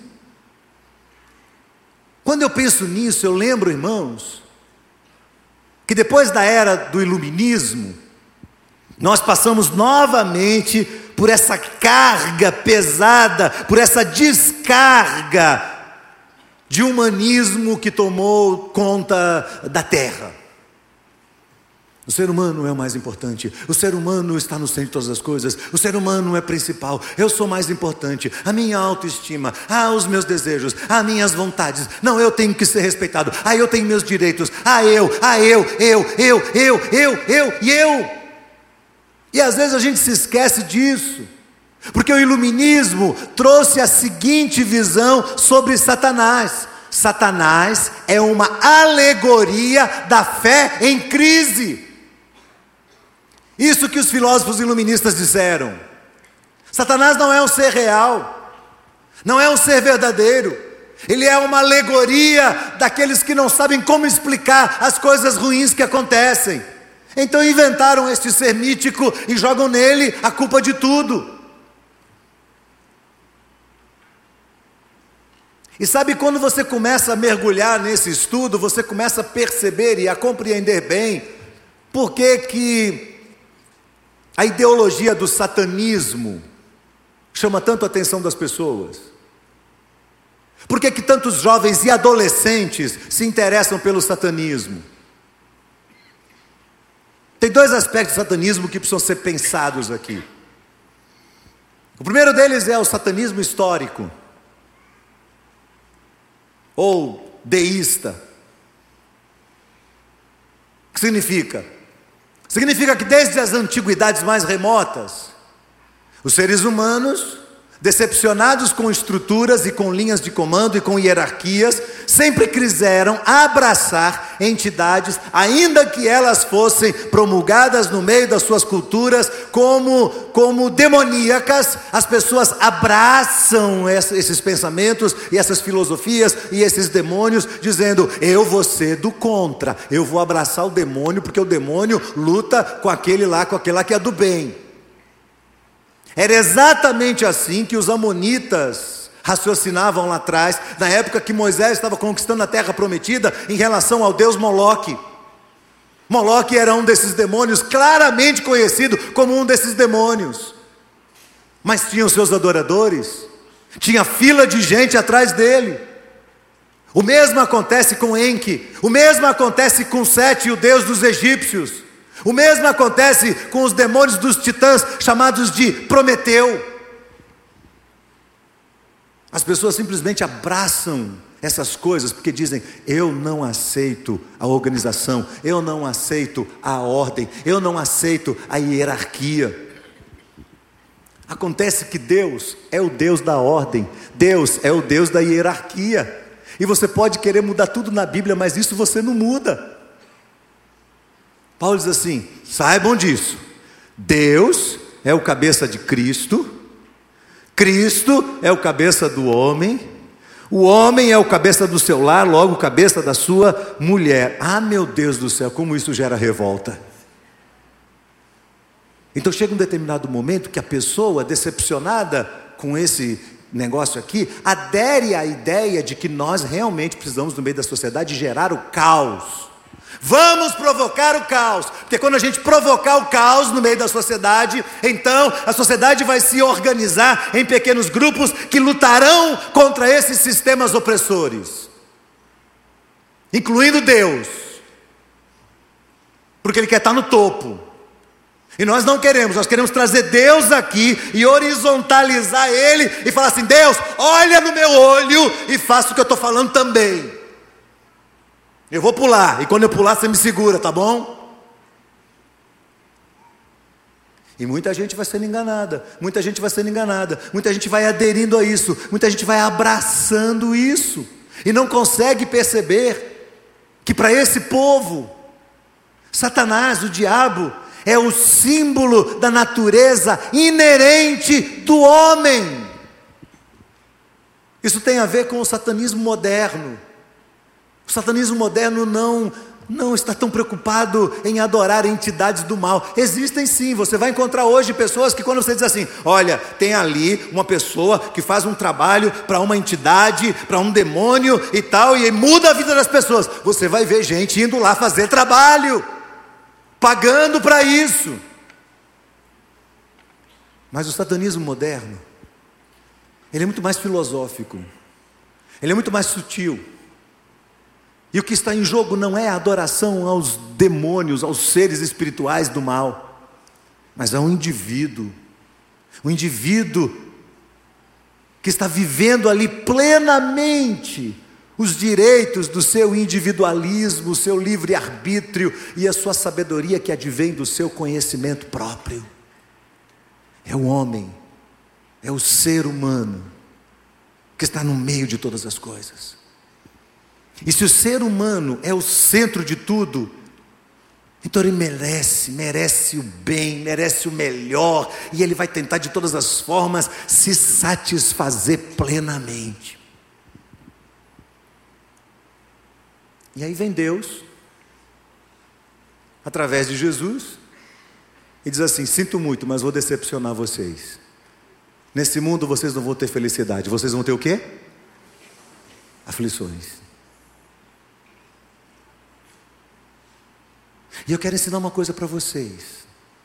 Quando eu penso nisso, eu lembro, irmãos, que depois da era do iluminismo, nós passamos novamente por essa carga pesada, por essa descarga de humanismo que tomou conta da terra. O ser humano é o mais importante. O ser humano está no centro de todas as coisas. O ser humano é principal. Eu sou mais importante. A minha autoestima, ah, os meus desejos, as minhas vontades. Não, eu tenho que ser respeitado. Ah, eu tenho meus direitos. Ah, eu, ah, eu, eu, eu, eu, eu, eu e eu. E às vezes a gente se esquece disso. Porque o iluminismo trouxe a seguinte visão sobre Satanás. Satanás é uma alegoria da fé em crise. Isso que os filósofos iluministas disseram. Satanás não é um ser real, não é um ser verdadeiro. Ele é uma alegoria daqueles que não sabem como explicar as coisas ruins que acontecem. Então inventaram este ser mítico e jogam nele a culpa de tudo. E sabe, quando você começa a mergulhar nesse estudo, você começa a perceber e a compreender bem por que que a ideologia do satanismo chama tanto a atenção das pessoas. Por que que tantos jovens e adolescentes se interessam pelo satanismo? Tem dois aspectos do satanismo que precisam ser pensados aqui. O primeiro deles é o satanismo histórico, ou deísta. O que significa? Significa que desde as antiguidades mais remotas, os seres humanos, decepcionados com estruturas e com linhas de comando e com hierarquias, sempre quiseram abraçar entidades, ainda que elas fossem promulgadas no meio das suas culturas como, como demoníacas. As pessoas abraçam esses pensamentos e essas filosofias e esses demônios, dizendo: eu vou ser do contra, eu vou abraçar o demônio, porque o demônio luta com aquele lá, com aquele lá que é do bem. Era exatamente assim que os amonitas raciocinavam lá atrás, na época que Moisés estava conquistando a terra prometida, em relação ao deus Moloque. Moloque era um desses demônios, claramente conhecido como um desses demônios. Mas tinha os seus adoradores, tinha fila de gente atrás dele. O mesmo acontece com Enki, o mesmo acontece com Sete, o deus dos egípcios. O mesmo acontece com os demônios dos titãs, chamados de Prometeu. As pessoas simplesmente abraçam essas coisas, porque dizem: eu não aceito a organização, eu não aceito a ordem, eu não aceito a hierarquia. Acontece que Deus é o Deus da ordem, Deus é o Deus da hierarquia. E você pode querer mudar tudo na Bíblia, mas isso você não muda. Paulo diz assim: saibam disso, Deus é o cabeça de Cristo, Cristo é o cabeça do homem, o homem é o cabeça do seu lar, logo o cabeça da sua mulher. Ah, meu Deus do céu, como isso gera revolta. Então chega um determinado momento que a pessoa, decepcionada com esse negócio aqui, adere à ideia de que nós realmente precisamos, no meio da sociedade, gerar o caos. Vamos provocar o caos, porque quando a gente provocar o caos no meio da sociedade, então a sociedade vai se organizar em pequenos grupos que lutarão contra esses sistemas opressores, incluindo Deus, porque Ele quer estar no topo. E nós não queremos, nós queremos trazer Deus aqui e horizontalizar Ele e falar assim: Deus, olha no meu olho e faça o que eu estou falando também. Eu vou pular, e quando eu pular você me segura, tá bom? E muita gente vai sendo enganada, muita gente vai sendo enganada, muita gente vai aderindo a isso, muita gente vai abraçando isso, e não consegue perceber que para esse povo, Satanás, o diabo, é o símbolo da natureza inerente do homem. Isso tem a ver com o satanismo moderno. O satanismo moderno não, não está tão preocupado em adorar entidades do mal. Existem sim, você vai encontrar hoje pessoas que, quando você diz assim: olha, tem ali uma pessoa que faz um trabalho para uma entidade, para um demônio e tal, e muda a vida das pessoas, você vai ver gente indo lá fazer trabalho, pagando para isso. Mas o satanismo moderno, ele é muito mais filosófico, ele é muito mais sutil. E o que está em jogo não é a adoração aos demônios, aos seres espirituais do mal, mas a um indivíduo, um indivíduo que está vivendo ali plenamente os direitos do seu individualismo, o seu livre-arbítrio e a sua sabedoria que advém do seu conhecimento próprio. É o homem, é o ser humano que está no meio de todas as coisas. E se o ser humano é o centro de tudo, então ele merece, merece o bem, merece o melhor, e ele vai tentar de todas as formas se satisfazer plenamente. E aí vem Deus, através de Jesus, e diz assim: sinto muito, mas vou decepcionar vocês. Nesse mundo vocês não vão ter felicidade, vocês vão ter o quê? Aflições. E eu quero ensinar uma coisa para vocês.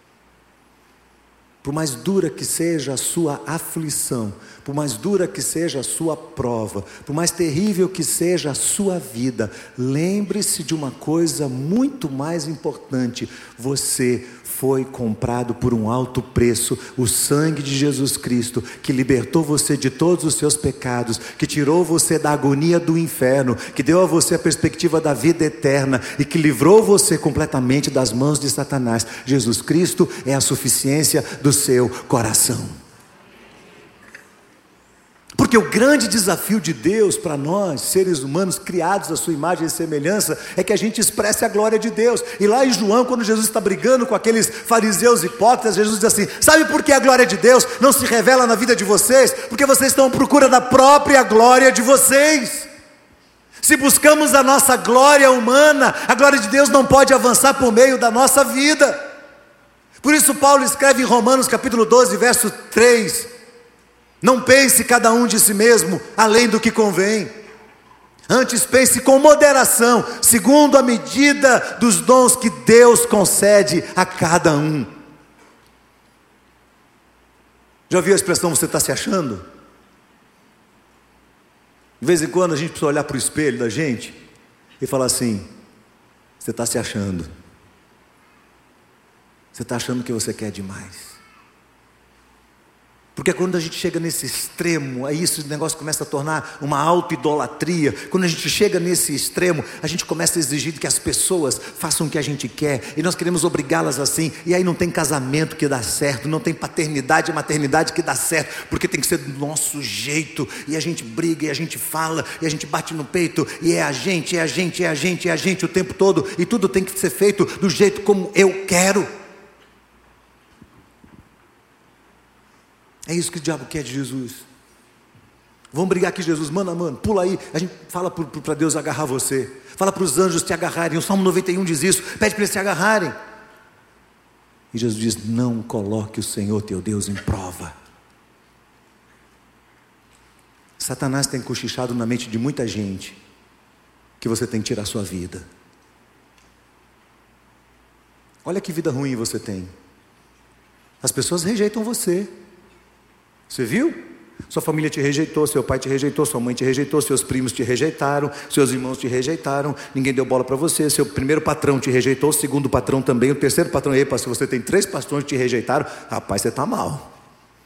Por mais dura que seja a sua aflição, por mais dura que seja a sua prova, por mais terrível que seja a sua vida, lembre-se de uma coisa muito mais importante: você foi comprado por um alto preço, o sangue de Jesus Cristo, que libertou você de todos os seus pecados, que tirou você da agonia do inferno, que deu a você a perspectiva da vida eterna e que livrou você completamente das mãos de Satanás. Jesus Cristo é a suficiência do seu coração. Porque o grande desafio de Deus para nós, seres humanos criados à sua imagem e semelhança, é que a gente expresse a glória de Deus. E lá em João, quando Jesus está brigando com aqueles fariseus hipócritas, Jesus diz assim: sabe por que a glória de Deus não se revela na vida de vocês? Porque vocês estão à procura da própria glória de vocês. Se buscamos a nossa glória humana, a glória de Deus não pode avançar por meio da nossa vida. Por isso Paulo escreve em Romanos capítulo doze, verso três: não pense cada um de si mesmo além do que convém, antes pense com moderação, segundo a medida dos dons que Deus concede a cada um. Já ouviu a expressão você está se achando? De vez em quando a gente precisa olhar para o espelho da gente e falar assim: você está se achando, você está achando que você quer demais. Porque quando a gente chega nesse extremo, aí esse negócio começa a tornar uma auto-idolatria. Quando a gente chega nesse extremo, a gente começa a exigir que as pessoas façam o que a gente quer, e nós queremos obrigá-las assim, e aí não tem casamento que dá certo, não tem paternidade e maternidade que dá certo, porque tem que ser do nosso jeito, e a gente briga, e a gente fala, e a gente bate no peito, e é a gente, é a gente, é a gente, é a gente o tempo todo, e tudo tem que ser feito do jeito como eu quero. É isso que o diabo quer de Jesus. Vamos brigar aqui, Jesus, manda, mano, pula aí. A gente fala para Deus agarrar você, fala para os anjos te agarrarem. O Salmo noventa e um diz isso, pede para eles te agarrarem. E Jesus diz: não coloque o Senhor teu Deus em prova. Satanás tem cochichado na mente de muita gente que você tem que tirar a sua vida. Olha que vida ruim você tem. As pessoas rejeitam você. Você viu? Sua família te rejeitou, seu pai te rejeitou, sua mãe te rejeitou, seus primos te rejeitaram, seus irmãos te rejeitaram, ninguém deu bola para você, seu primeiro patrão te rejeitou, o segundo patrão também, o terceiro patrão, epa, se você tem três patrões que te rejeitaram, rapaz, você está mal.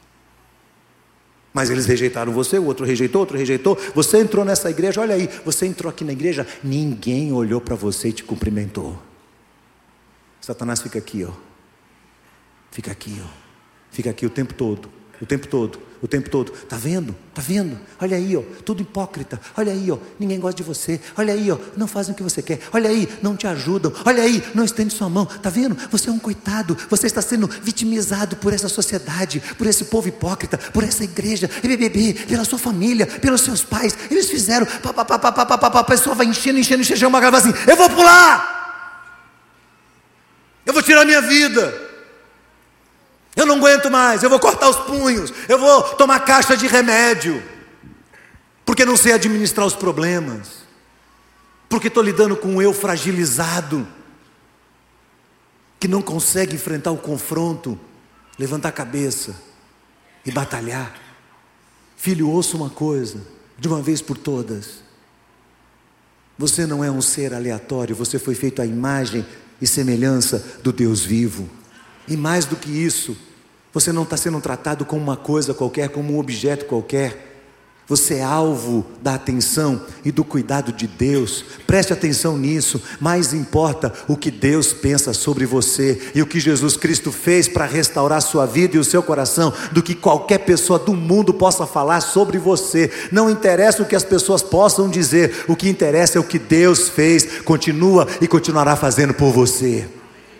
Mas eles rejeitaram você, o outro rejeitou, outro rejeitou. Você entrou nessa igreja, olha aí, você entrou aqui na igreja, ninguém olhou para você e te cumprimentou. Satanás fica aqui, ó. Fica aqui, ó. Fica aqui o tempo todo. O tempo todo, o tempo todo. Está vendo? Está vendo? Olha aí, ó, tudo hipócrita. Olha aí, ó, ninguém gosta de você. Olha aí, ó, não fazem o que você quer. Olha aí, não te ajudam. Olha aí, não estende sua mão. Está vendo? Você é um coitado. Você está sendo vitimizado por essa sociedade, por esse povo hipócrita, por essa igreja, pela sua família, pelos seus pais. Eles fizeram, pá, pá, pá, pá, pá, pá, pá, a pessoa vai enchendo, enchendo, enchendo, uma garrafa assim: eu vou pular, eu vou tirar minha vida, eu não aguento mais, eu vou cortar os punhos, eu vou tomar caixa de remédio, porque não sei administrar os problemas, porque estou lidando com um eu fragilizado, que não consegue enfrentar o confronto, levantar a cabeça e batalhar. Filho, ouça uma coisa, de uma vez por todas: Você não é um ser aleatório, você foi feito à imagem e semelhança do Deus vivo. E mais do que isso, você não está sendo tratado como uma coisa qualquer, como um objeto qualquer. Você é alvo da atenção e do cuidado de Deus. Preste atenção nisso. Mais importa o que Deus pensa sobre você e o que Jesus Cristo fez para restaurar sua vida e o seu coração, do que qualquer pessoa do mundo possa falar sobre você. Não interessa o que as pessoas possam dizer, o que interessa é o que Deus fez, continua e continuará fazendo por você.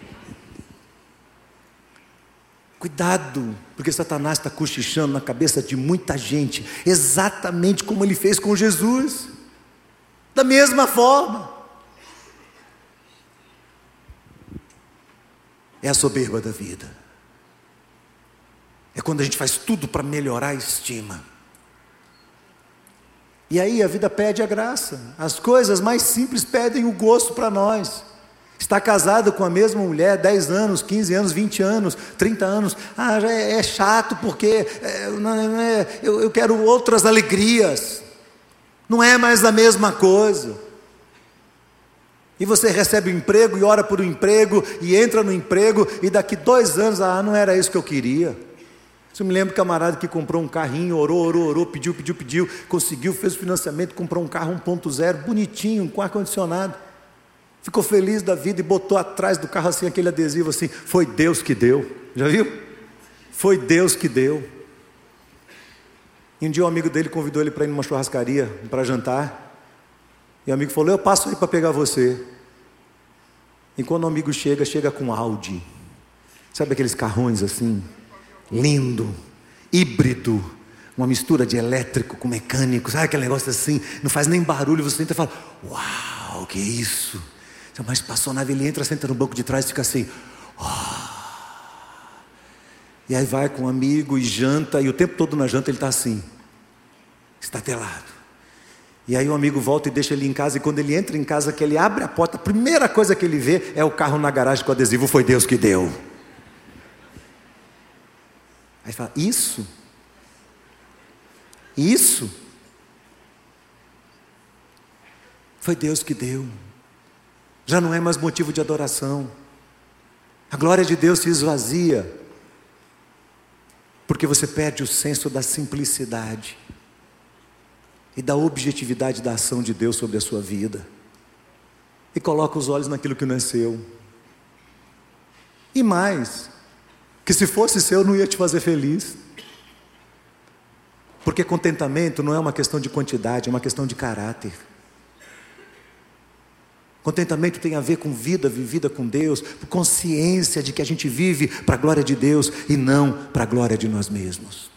Cuidado, porque Satanás está cochichando na cabeça de muita gente, exatamente como ele fez com Jesus, da mesma forma. É a soberba da vida, é quando a gente faz tudo para melhorar a estima, e aí a vida pede a graça, as coisas mais simples pedem o gosto para nós. Está casado com a mesma mulher dez anos, quinze anos, vinte anos, trinta anos. Ah, já é, é chato porque é, não é, eu, eu quero outras alegrias. Não é mais a mesma coisa. E você recebe um emprego e ora por um emprego e entra no emprego e daqui dois anos, ah, não era isso que eu queria. Eu me lembro de um camarada que comprou um carrinho, orou, orou, orou, pediu, pediu, pediu, conseguiu, fez o financiamento, comprou um carro um ponto zero, bonitinho, com ar-condicionado. Ficou feliz da vida e botou atrás do carro assim, aquele adesivo assim, foi Deus que deu. Já viu? Foi Deus que deu. E um dia um amigo dele convidou ele para ir numa churrascaria, para jantar. E o amigo falou, eu passo aí para pegar você. E quando o amigo chega, chega com Audi. Sabe aqueles carrões assim? Lindo, híbrido, uma mistura de elétrico com mecânico. Sabe aquele negócio assim? Não faz nem barulho, você entra e fala, uau, que isso? Mas passou a nave, ele entra, senta no banco de trás e fica assim, oh. E aí vai com um amigo e janta, e o tempo todo na janta ele está assim, estatelado. E aí o amigo volta e deixa ele em casa, e quando ele entra em casa, que ele abre a porta, a primeira coisa que ele vê é o carro na garagem com adesivo, foi Deus que deu. Aí fala, isso? Isso? Foi Deus que deu. Já não é mais motivo de adoração. A glória de Deus se esvazia, porque você perde o senso da simplicidade e da objetividade da ação de Deus sobre a sua vida, e coloca os olhos naquilo que não é seu. E mais, que se fosse seu não ia te fazer feliz, porque contentamento não é uma questão de quantidade, é uma questão de caráter. Contentamento tem a ver com vida vivida com Deus, consciência de que a gente vive para a glória de Deus e não para a glória de nós mesmos.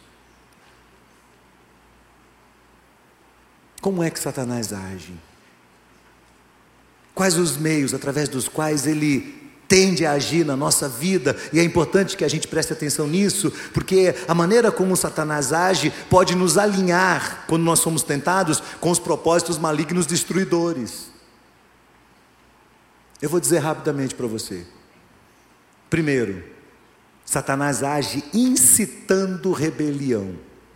Como é que Satanás age? Quais os meios através dos quais ele tende a agir na nossa vida? E é importante que a gente preste atenção nisso, porque a maneira como Satanás age pode nos alinhar, quando nós somos tentados, com os propósitos malignos destruidores. Eu vou dizer rapidamente para você. Primeiro, Satanás age incitando rebelião.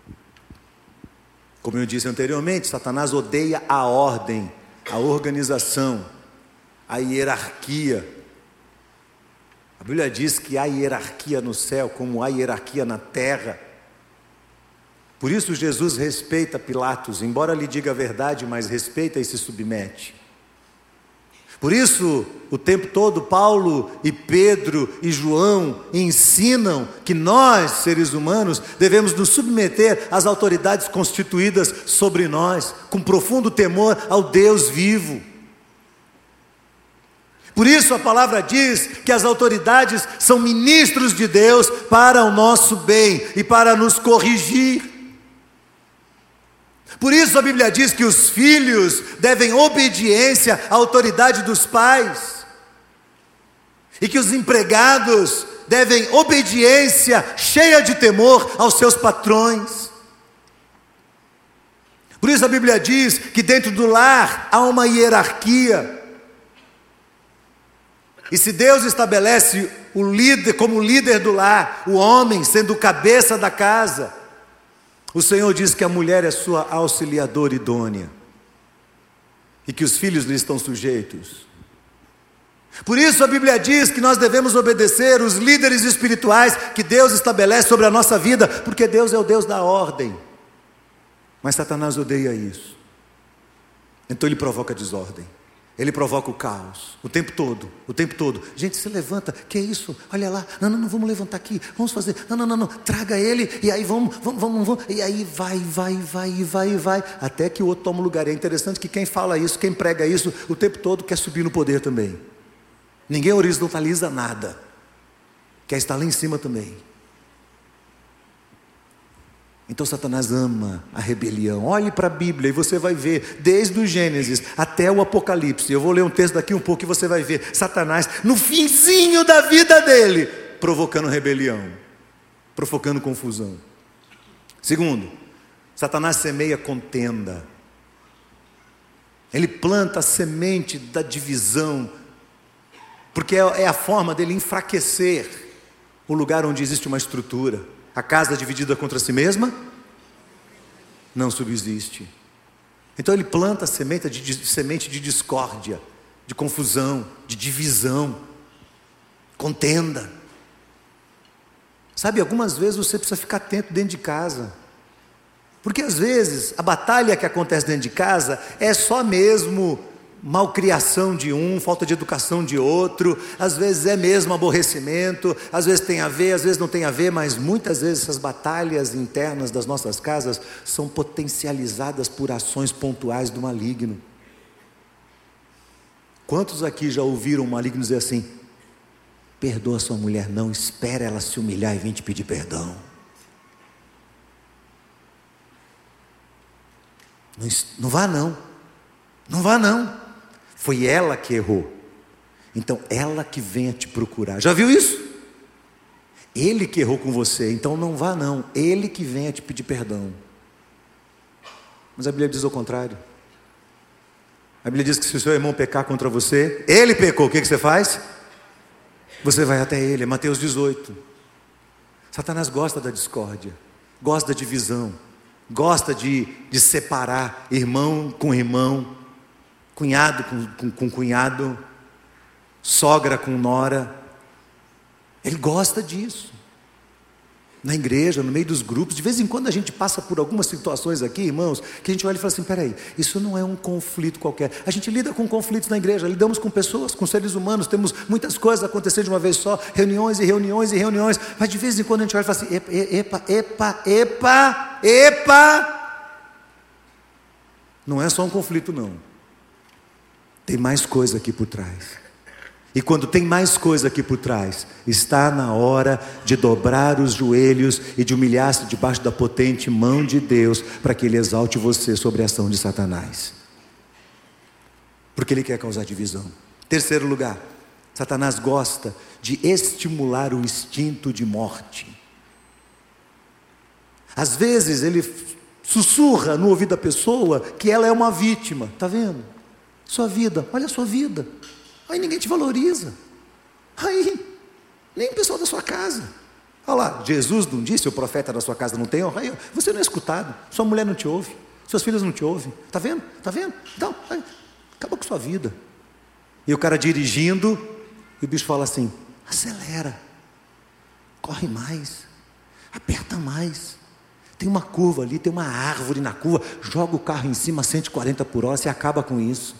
Como eu disse anteriormente, Satanás odeia a ordem, a organização, a hierarquia. A Bíblia diz que há hierarquia no céu, como há hierarquia na terra. Por isso Jesus respeita Pilatos, embora lhe diga a verdade, mas respeita e se submete. Por isso, o tempo todo, Paulo e Pedro e João ensinam que nós, seres humanos, devemos nos submeter às autoridades constituídas sobre nós, com profundo temor ao Deus vivo. Por isso a palavra diz que as autoridades são ministros de Deus para o nosso bem e para nos corrigir. Por isso a Bíblia diz que os filhos devem obediência à autoridade dos pais, e que os empregados devem obediência cheia de temor aos seus patrões. Por isso a Bíblia diz que dentro do lar há uma hierarquia, e se Deus estabelece o líder como líder do lar, o homem sendo o cabeça da casa, o Senhor diz que a mulher é sua auxiliadora idônea. e que os filhos lhe estão sujeitos. Por isso a Bíblia diz que nós devemos obedecer os líderes espirituais que Deus estabelece sobre a nossa vida, porque Deus é o Deus da ordem. Mas Satanás odeia isso. Então ele provoca desordem. Ele provoca o caos, o tempo todo, o tempo todo. Gente, se levanta, que é isso? Olha lá, não, não, não, vamos levantar aqui, vamos fazer, não, não, não, não, traga ele, e aí vamos, vamos, vamos, vamos, e aí vai, vai, vai, vai, vai, até que o outro toma o lugar. É interessante que quem fala isso, quem prega isso, o tempo todo quer subir no poder também. Ninguém horizontaliza nada, quer estar lá em cima também. Então Satanás ama a rebelião. Olhe para a Bíblia e você vai ver, desde o Gênesis até o Apocalipse. Eu vou ler um texto daqui um pouco e você vai ver Satanás no finzinho da vida dele, provocando rebelião, provocando confusão. Segundo, Satanás semeia contenda. Ele planta a semente da divisão, porque é a forma dele enfraquecer o lugar onde existe uma estrutura. A casa dividida contra si mesma não subsiste. Então ele planta a semente de, semente de discórdia, de confusão, de divisão, contenda. Sabe, algumas vezes você precisa ficar atento dentro de casa, porque às vezes a batalha que acontece dentro de casa é só mesmo malcriação de um, falta de educação de outro, às vezes é mesmo aborrecimento, às vezes tem a ver, às vezes não tem a ver, mas muitas vezes essas batalhas internas das nossas casas são potencializadas por ações pontuais do maligno. Quantos aqui já ouviram o maligno dizer assim: perdoa sua mulher, não, espera ela se humilhar e vir te pedir perdão? Não, não vá não, não vá não. Foi ela que errou, então ela que venha te procurar. Já viu isso? Ele que errou com você, então não vá não, ele que venha te pedir perdão. Mas a Bíblia diz o contrário. A Bíblia diz que se o seu irmão pecar contra você, ele pecou, o que, que você faz? Você vai até ele. É Mateus dezoito. Satanás gosta da discórdia, gosta da divisão, gosta de, de separar irmão com irmão, cunhado com, com, com cunhado, sogra com nora. Ele gosta disso. Na igreja, no meio dos grupos, de vez em quando a gente passa por algumas situações aqui, irmãos, que a gente olha e fala assim: peraí, isso não é um conflito qualquer. A gente lida com conflitos na igreja, lidamos com pessoas, com seres humanos, temos muitas coisas acontecendo de uma vez só, reuniões e reuniões e reuniões, mas de vez em quando a gente olha e fala assim: epa, epa, epa, epa, não é só um conflito não, tem mais coisa aqui por trás. E quando tem mais coisa aqui por trás, está na hora de dobrar os joelhos e de humilhar-se debaixo da potente mão de Deus, para que Ele exalte você sobre a ação de Satanás, porque ele quer causar divisão. Terceiro lugar, Satanás gosta de estimular o instinto de morte. Às vezes ele sussurra no ouvido da pessoa que ela é uma vítima. Está vendo? Sua vida, olha a sua vida. Aí ninguém te valoriza. Aí, nem o pessoal da sua casa. Olha lá, Jesus não disse: o profeta da sua casa não tem honra. Aí, você não é escutado, sua mulher não te ouve, seus filhos não te ouvem. Está vendo? Está vendo? Então, aí, acabou com sua vida. E o cara dirigindo, e o bicho fala assim: acelera, corre mais, aperta mais. Tem uma curva ali, tem uma árvore na curva, joga o carro em cima a cento e quarenta por hora, você acaba com isso.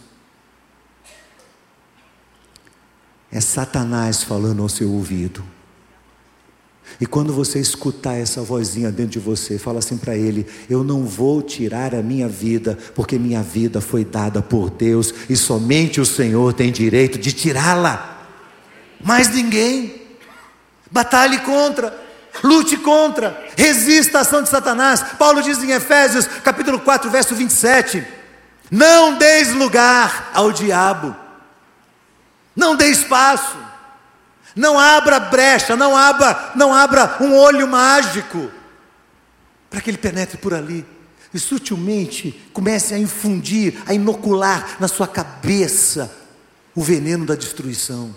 É Satanás falando ao seu ouvido. E quando você escutar essa vozinha dentro de você, fala assim para ele: eu não vou tirar a minha vida, porque minha vida foi dada por Deus, e somente o Senhor tem direito de tirá-la, mais ninguém. Batalhe contra, lute contra, resista à ação de Satanás. Paulo diz em Efésios capítulo quatro, verso vinte e sete: não deis lugar ao diabo, não dê espaço, não abra brecha, não abra, não abra um olho mágico para que ele penetre por ali e sutilmente comece a infundir, a inocular na sua cabeça o veneno da destruição.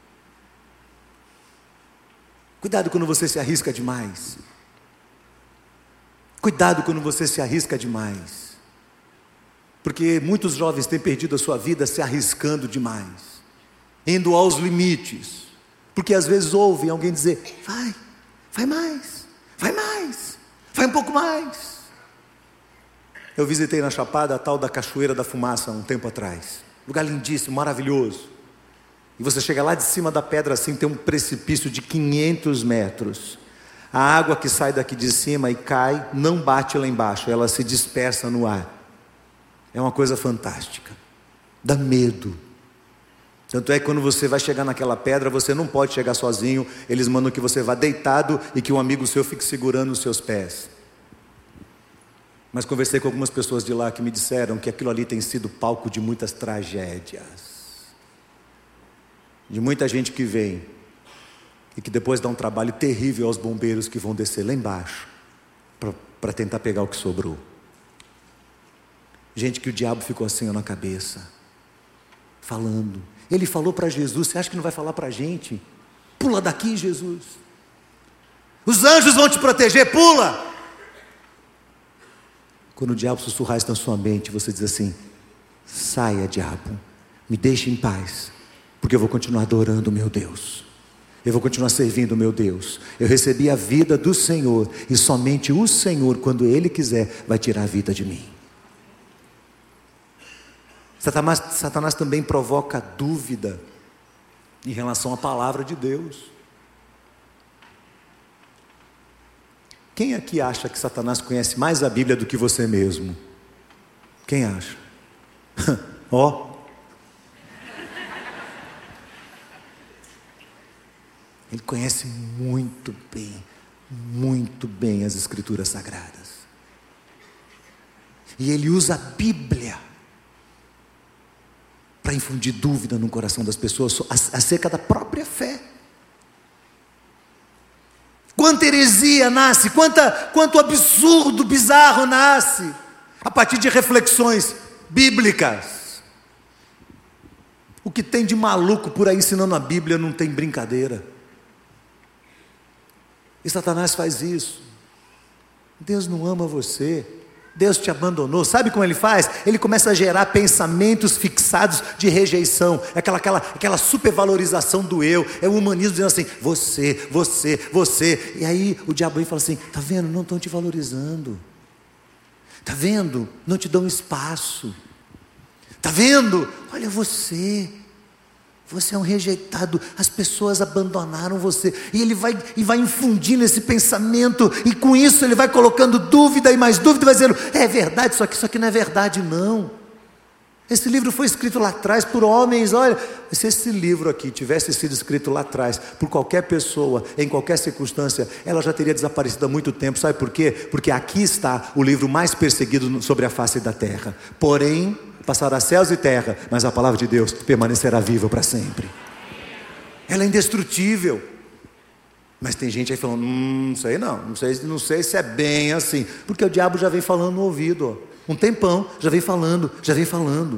Cuidado quando você se arrisca demais. Cuidado quando você se arrisca demais. Porque muitos jovens têm perdido a sua vida se arriscando demais, indo aos limites, porque às vezes ouvem alguém dizer: vai, vai mais, vai mais, vai um pouco mais. Eu visitei na Chapada a tal da Cachoeira da Fumaça um tempo atrás, lugar lindíssimo, maravilhoso. E você chega lá de cima da pedra assim, tem um precipício de quinhentos metros. A água que sai daqui de cima e cai, não bate lá embaixo, ela se dispersa no ar. É uma coisa fantástica, dá medo. Tanto é que quando você vai chegar naquela pedra, você não pode chegar sozinho. Eles mandam que você vá deitado e que um amigo seu fique segurando os seus pés. Mas conversei com algumas pessoas de lá que me disseram que aquilo ali tem sido palco de muitas tragédias, de muita gente que vem e que depois dá um trabalho terrível aos bombeiros que vão descer lá embaixo para tentar pegar o que sobrou. Gente que o diabo ficou assim na cabeça, falando. Ele falou para Jesus, você acha que não vai falar para a gente? Pula daqui, Jesus. Os anjos vão te proteger, pula. Quando o diabo sussurrar isso na sua mente, você diz assim: saia, diabo, me deixe em paz, porque eu vou continuar adorando o meu Deus. Eu vou continuar servindo o meu Deus. Eu recebi a vida do Senhor, e somente o Senhor, quando Ele quiser, vai tirar a vida de mim. Satanás, Satanás também provoca dúvida em relação à palavra de Deus. Quem aqui acha que Satanás conhece mais a Bíblia do que você mesmo? Quem acha? Ó. oh. Ele conhece muito bem, muito bem as Escrituras Sagradas. E ele usa a Bíblia para infundir dúvida no coração das pessoas acerca da própria fé. Quanta heresia nasce, quanta, quanto absurdo, bizarro nasce, a partir de reflexões bíblicas. O que tem de maluco por aí ensinando a Bíblia não tem brincadeira. E Satanás faz isso. Deus não ama você, Deus te abandonou. Sabe como ele faz? Ele começa a gerar pensamentos fixados de rejeição, aquela, aquela, aquela supervalorização do eu, é o humanismo dizendo assim: você, você, você. E aí o diabo vem e fala assim: está vendo, não estão te valorizando, está vendo, não te dão espaço, está vendo, olha você, você é um rejeitado, as pessoas abandonaram você. E ele vai, e vai infundindo esse pensamento, e com isso ele vai colocando dúvida e mais dúvida, vai dizendo: é verdade, só que isso aqui não é verdade não. Esse livro foi escrito lá atrás por homens. Olha, se esse livro aqui tivesse sido escrito lá atrás por qualquer pessoa, em qualquer circunstância, ela já teria desaparecido há muito tempo. Sabe por quê? Porque aqui está o livro mais perseguido sobre a face da terra. Porém, passará céus e terra, mas a palavra de Deus permanecerá viva para sempre. Ela é indestrutível. Mas tem gente aí falando: hum, não sei não, não sei, não sei se é bem assim, porque o diabo já vem falando no ouvido, ó, um tempão, já vem falando, já vem falando.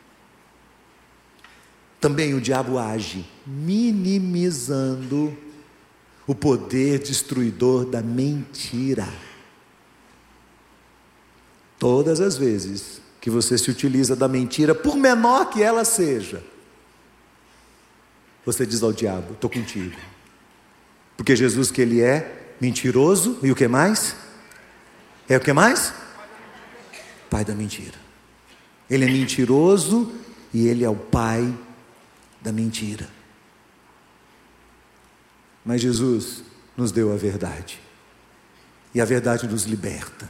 Também o diabo age minimizando o poder destruidor da mentira. Todas as vezes que você se utiliza da mentira, por menor que ela seja, você diz ao diabo: estou contigo. Porque Jesus, que ele é mentiroso, e o que mais? É o que mais? Pai da mentira. Ele é mentiroso e ele é o pai da mentira. Mas Jesus nos deu a verdade, e a verdade nos liberta.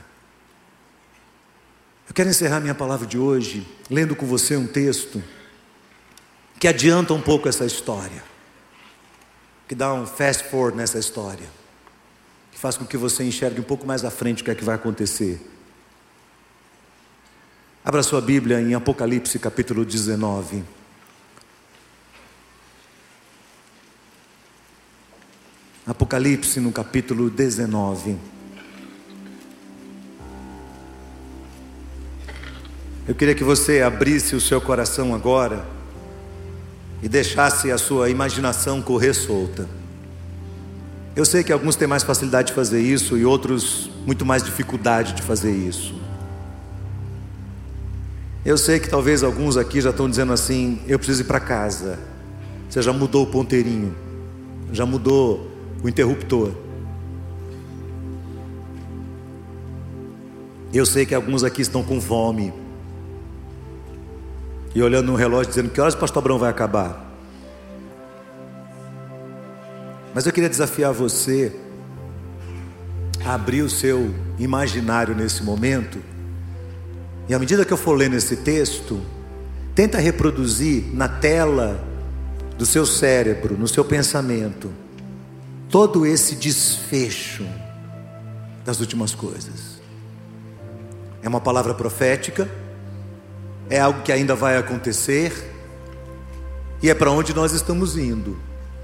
Eu quero encerrar minha palavra de hoje lendo com você um texto que adianta um pouco essa história, que dá um fast forward nessa história, que faz com que você enxergue um pouco mais à frente o que é que vai acontecer. Abra sua Bíblia em Apocalipse capítulo dezenove. Apocalipse no capítulo dezenove. Eu queria que você abrisse o seu coração agora e deixasse a sua imaginação correr solta. Eu sei que alguns têm mais facilidade de fazer isso e outros muito mais dificuldade de fazer isso. Eu sei que talvez alguns aqui já estão dizendo assim: eu preciso ir para casa. Você já mudou o ponteirinho, já mudou o interruptor. Eu sei que alguns aqui estão com fome e olhando no relógio dizendo: que horas o pastor Abrão vai acabar? Mas eu queria desafiar você a abrir o seu imaginário nesse momento, e à medida que eu for lendo esse texto, tenta reproduzir na tela do seu cérebro, no seu pensamento, todo esse desfecho das últimas coisas. É uma palavra profética, é algo que ainda vai acontecer, e é para onde nós estamos indo.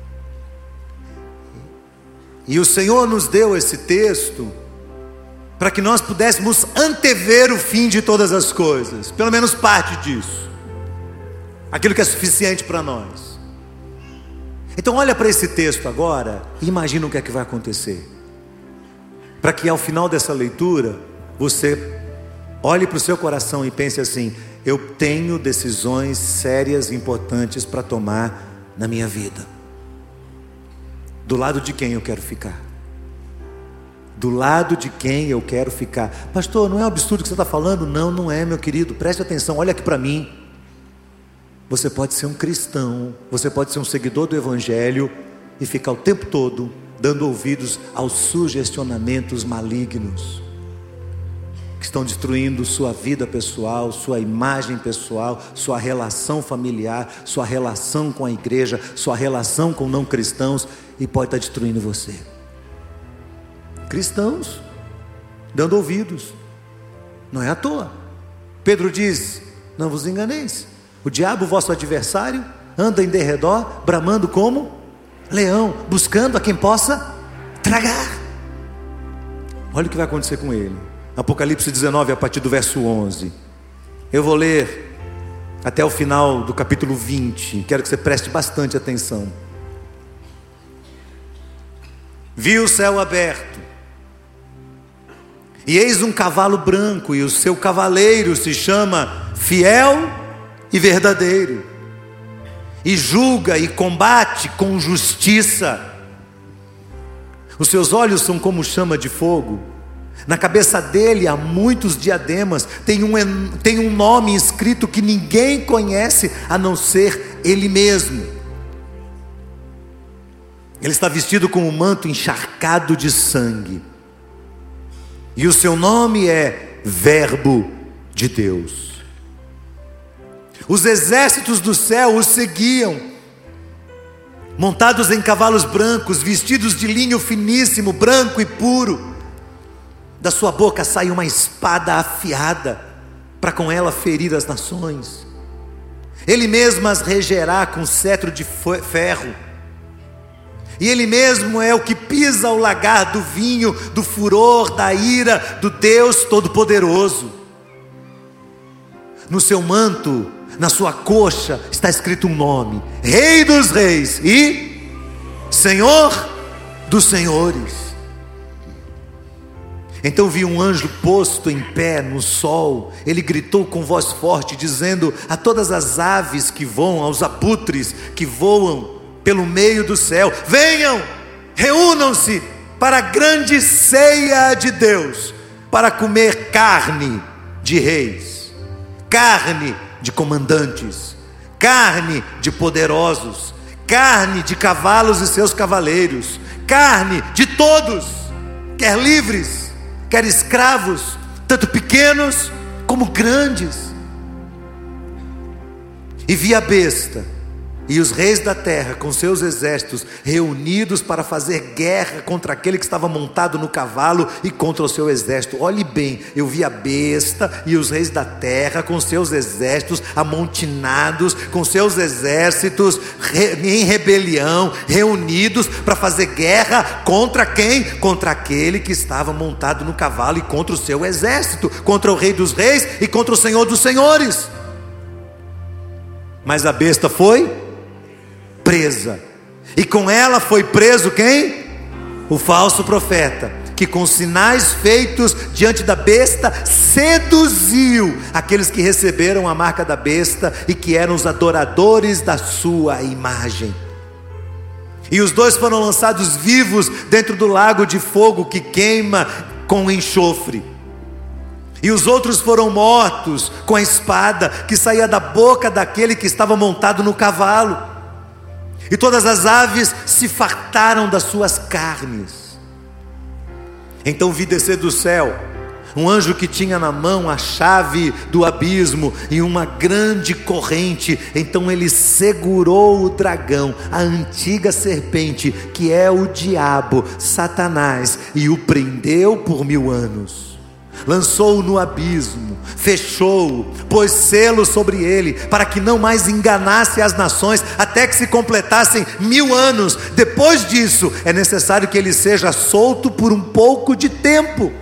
E o Senhor nos deu esse texto para que nós pudéssemos antever o fim de todas as coisas, pelo menos parte disso, aquilo que é suficiente para nós. Então olha para esse texto agora e imagina o que é que vai acontecer, para que ao final dessa leitura você olhe para o seu coração e pense assim: eu tenho decisões sérias e importantes para tomar na minha vida. Do lado de quem eu quero ficar? Do lado de quem eu quero ficar? Pastor, não é um absurdo que você está falando? Não, não é, meu querido, preste atenção, olha aqui para mim. Você pode ser um cristão, você pode ser um seguidor do Evangelho e ficar o tempo todo dando ouvidos aos sugestionamentos malignos que estão destruindo sua vida pessoal, sua imagem pessoal, sua relação familiar, sua relação com a igreja, sua relação com não cristãos, e pode estar destruindo você. Cristãos dando ouvidos, não é à toa. Pedro diz: não vos enganeis, o diabo, vosso adversário, anda em derredor, bramando como leão, buscando a quem possa tragar. Olha o que vai acontecer com ele. Apocalipse dezenove, a partir do verso onze. Eu vou ler até o final do capítulo vinte. Quero que você preste bastante atenção. Vi o céu aberto, e eis um cavalo branco, e o seu cavaleiro se chama Fiel e Verdadeiro, e julga e combate com justiça. Os seus olhos são como chama de fogo. Na cabeça dele há muitos diademas. Tem um, tem um nome escrito que ninguém conhece a não ser ele mesmo. Ele está vestido com um manto encharcado de sangue, e o seu nome é Verbo de Deus. Os exércitos do céu o seguiam, montados em cavalos brancos, vestidos de linho finíssimo, branco e puro. Da sua boca sai uma espada afiada, para com ela ferir as nações. Ele mesmo as regerá com cetro de ferro, e ele mesmo é o que pisa o lagar do vinho, do furor, da ira do Deus Todo-Poderoso. No seu manto, na sua coxa, está escrito um nome: Rei dos Reis e Senhor dos Senhores. Então vi um anjo posto em pé no sol. Ele gritou com voz forte, dizendo a todas as aves que voam, aos abutres que voam pelo meio do céu: venham, reúnam-se para a grande ceia de Deus, para comer carne de reis, carne de comandantes, carne de poderosos, carne de cavalos e seus cavaleiros, carne de todos, quer livres, quer escravos, tanto pequenos como grandes. E vi a besta e os reis da terra com seus exércitos reunidos para fazer guerra contra aquele que estava montado no cavalo e contra o seu exército. Olhe bem, eu vi a besta e os reis da terra com seus exércitos amontinados, com seus exércitos em rebelião, reunidos para fazer guerra contra quem? Contra aquele que estava montado no cavalo e contra o seu exército, contra o rei dos reis e contra o senhor dos senhores. Mas a besta foi presa, e com ela foi preso quem? O falso profeta, que que com sinais feitos diante da besta, seduziu aqueles que receberam a marca da besta e que eram os adoradores da sua imagem. E os dois foram lançados vivos dentro do lago de fogo que queima com enxofre. E os outros foram mortos com a espada que saía da boca daquele que estava montado no cavalo. E todas as aves se fartaram das suas carnes. Então vi descer do céu um anjo que tinha na mão a chave do abismo e uma grande corrente. Então ele segurou o dragão, a antiga serpente, que é o diabo, Satanás, e o prendeu por mil anos. Lançou-o no abismo, fechou-o, pôs selo sobre ele, para que não mais enganasse as nações, até que se completassem mil anos. Depois disso, é necessário que ele seja solto por um pouco de tempo.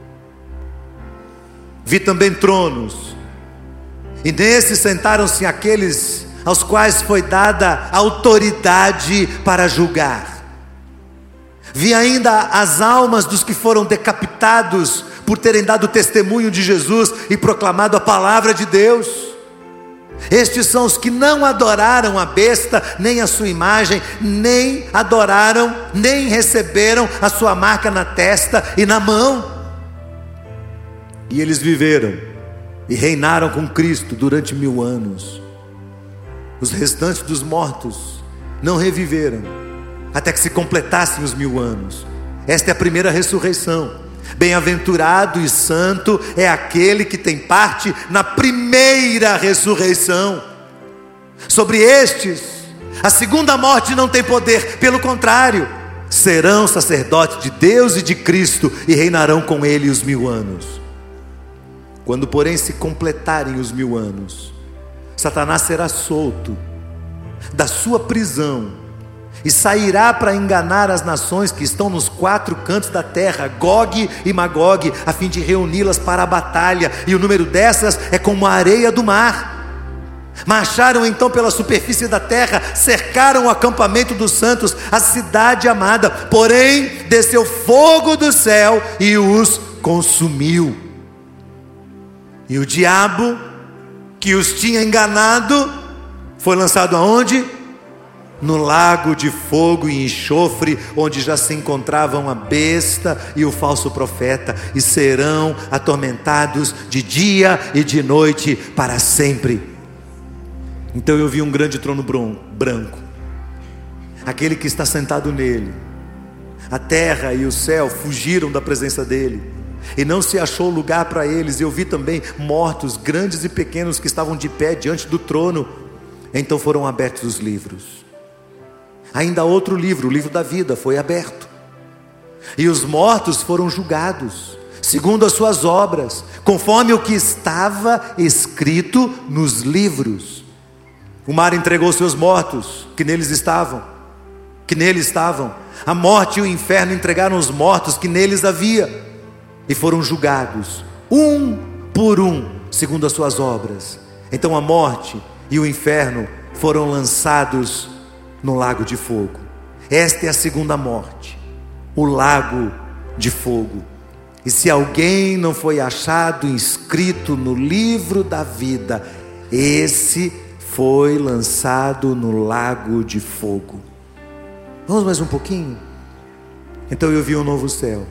Vi também tronos, e nesses sentaram-se aqueles aos quais foi dada autoridade para julgar. Vi ainda as almas dos que foram decapitados por terem dado testemunho de Jesus e proclamado a palavra de Deus. Estes são os que não adoraram a besta, nem a sua imagem, nem adoraram, nem receberam a sua marca na testa e na mão. E eles viveram e reinaram com Cristo durante mil anos. Os restantes dos mortos não reviveram até que se completassem os mil anos. Esta é a primeira ressurreição. Bem-aventurado e santo é aquele que tem parte na primeira ressurreição. Sobre estes, a segunda morte não tem poder, pelo contrário, serão sacerdotes de Deus e de Cristo e reinarão com ele os mil anos. Quando, porém, se completarem os mil anos, Satanás será solto da sua prisão e sairá para enganar as nações que estão nos quatro cantos da terra, Gog e Magog, a fim de reuni-las para a batalha, e o número dessas é como a areia do mar. Marcharam então pela superfície da terra, cercaram o acampamento dos santos, a cidade amada, porém desceu fogo do céu e os consumiu. E o diabo que os tinha enganado foi lançado aonde? No lago de fogo e enxofre, onde já se encontravam a besta e o falso profeta, e serão atormentados de dia e de noite para sempre. Então eu vi um grande trono branco, aquele que está sentado nele. A terra e o céu fugiram da presença dele, e não se achou lugar para eles. Eu vi também mortos, grandes e pequenos, que estavam de pé diante do trono. Então foram abertos os livros. Ainda outro livro, o livro da vida, foi aberto. E os mortos foram julgados, segundo as suas obras, conforme o que estava escrito nos livros. O mar entregou seus mortos, que neles estavam, que nele estavam. A morte e o inferno entregaram os mortos que neles havia, e foram julgados, um por um, segundo as suas obras. Então a morte e o inferno foram lançados no lago de fogo. Esta é a segunda morte, o lago de fogo. E se alguém não foi achado inscrito no livro da vida, esse foi lançado no lago de fogo. Vamos mais um pouquinho? Então eu vi um novo céu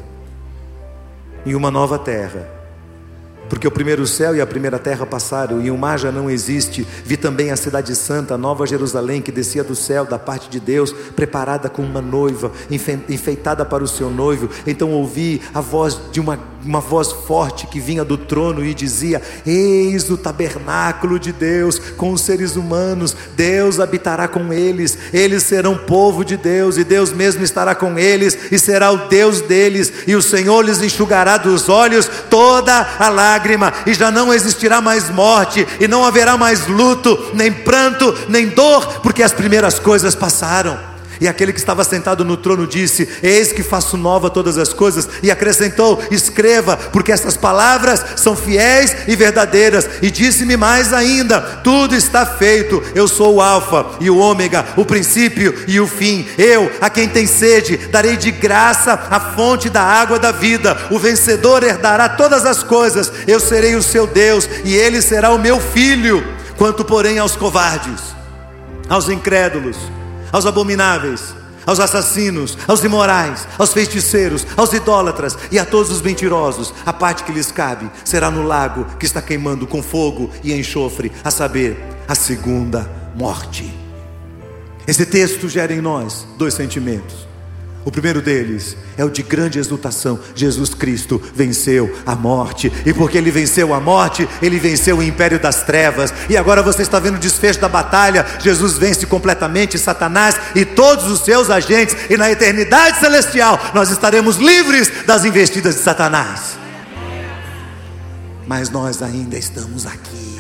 e uma nova terra, porque o primeiro céu e a primeira terra passaram, e o mar já não existe. Vi também a cidade santa, a nova Jerusalém, que descia do céu da parte de Deus, preparada como uma noiva, enfeitada para o seu noivo. Então ouvi a voz de uma, uma voz forte que vinha do trono e dizia: eis o tabernáculo de Deus com os seres humanos, Deus habitará com eles, eles serão povo de Deus, e Deus mesmo estará com eles, e será o Deus deles, e o Senhor lhes enxugará dos olhos toda a lágrima, e já não existirá mais morte, e não haverá mais luto, nem pranto, nem dor, porque as primeiras coisas passaram. E aquele que estava sentado no trono disse: eis que faço nova todas as coisas. E acrescentou: escreva, porque estas palavras são fiéis e verdadeiras. E disse-me mais ainda: tudo está feito. Eu sou o alfa e o ômega, o princípio e o fim. Eu, a quem tem sede, darei de graça a fonte da água da vida. O vencedor herdará todas as coisas. Eu serei o seu Deus e ele será o meu filho. Quanto porém aos covardes, aos incrédulos, aos abomináveis, aos assassinos, aos imorais, aos feiticeiros, aos idólatras e a todos os mentirosos, a parte que lhes cabe será no lago que está queimando com fogo e enxofre, a saber, a segunda morte. Esse texto gera em nós dois sentimentos. O primeiro deles é o de grande exultação. Jesus Cristo venceu a morte, e porque Ele venceu a morte, Ele venceu o império das trevas. E agora você está vendo o desfecho da batalha. Jesus vence completamente Satanás e todos os seus agentes, e na eternidade celestial nós estaremos livres das investidas de Satanás. Mas nós ainda estamos aqui.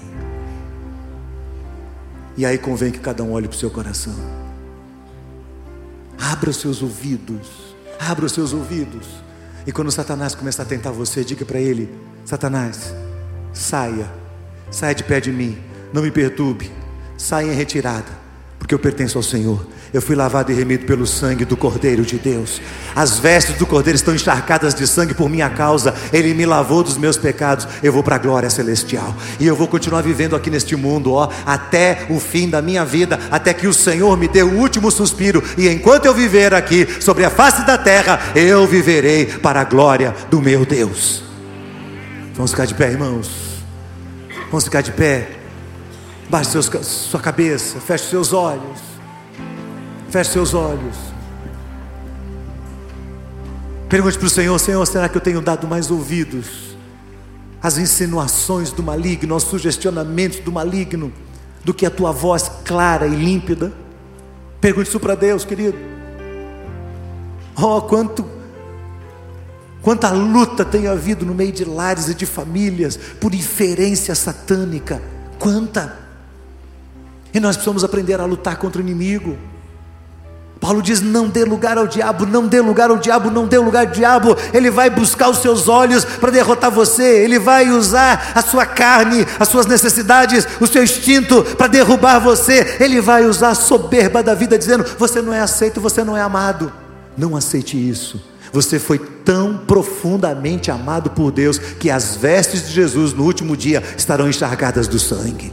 E aí convém que cada um olhe para o seu coração. Abra os seus ouvidos, abra os seus ouvidos. E quando Satanás começar a tentar você, diga para ele: Satanás, saia, saia de pé de mim, não me perturbe, saia em retirada, porque eu pertenço ao Senhor. Eu fui lavado e remido pelo sangue do Cordeiro de Deus. As vestes do Cordeiro estão encharcadas de sangue por minha causa. Ele me lavou dos meus pecados. Eu vou para a glória celestial. E eu vou continuar vivendo aqui neste mundo, ó, até o fim da minha vida, até que o Senhor me dê o último suspiro. E enquanto eu viver aqui sobre a face da terra, eu viverei para a glória do meu Deus. Vamos ficar de pé, irmãos. Vamos ficar de pé. Baixe seus, sua cabeça, feche seus olhos. Feche seus olhos. Pergunte para o Senhor: Senhor, será que eu tenho dado mais ouvidos às insinuações do maligno, aos sugestionamentos do maligno, do que a tua voz clara e límpida? Pergunte isso para Deus, querido. Oh, quanto Quanta luta tem havido no meio de lares e de famílias por inferência satânica. Quanta! E nós precisamos aprender a lutar contra o inimigo. Paulo diz: não dê lugar ao diabo, não dê lugar ao diabo, não dê lugar ao diabo. Ele vai buscar os seus olhos para derrotar você. Ele vai usar a sua carne, as suas necessidades, o seu instinto para derrubar você. Ele vai usar a soberba da vida, dizendo: você não é aceito, você não é amado. Não aceite isso. Você foi tão profundamente amado por Deus que as vestes de Jesus no último dia estarão encharcadas do sangue.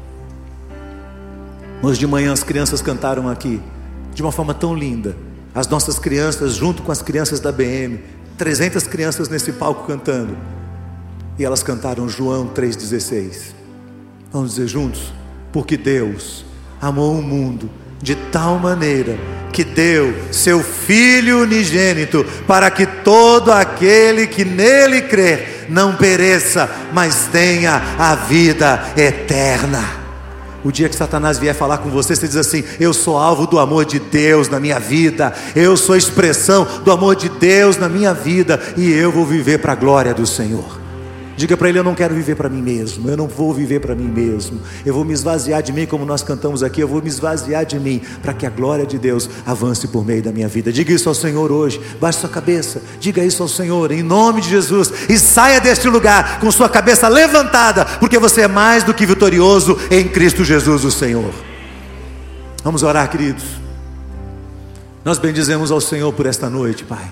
Hoje de manhã as crianças cantaram aqui de uma forma tão linda. As nossas crianças junto com as crianças da B M, trezentas crianças nesse palco cantando. E elas cantaram João três dezesseis. Vamos dizer juntos: porque Deus amou o mundo de tal maneira que deu seu Filho unigênito, para que todo aquele que nele crer não pereça, mas tenha a vida eterna. O dia que Satanás vier falar com você, você diz assim: eu sou alvo do amor de Deus na minha vida, eu sou expressão do amor de Deus na minha vida, e eu vou viver para a glória do Senhor. Diga para ele: eu não quero viver para mim mesmo, eu não vou viver para mim mesmo, eu vou me esvaziar de mim, como nós cantamos aqui, eu vou me esvaziar de mim, para que a glória de Deus avance por meio da minha vida. Diga isso ao Senhor hoje, baixe sua cabeça, diga isso ao Senhor, em nome de Jesus, e saia deste lugar com sua cabeça levantada, porque você é mais do que vitorioso em Cristo Jesus o Senhor. Vamos orar, queridos. Nós bendizemos ao Senhor por esta noite, Pai.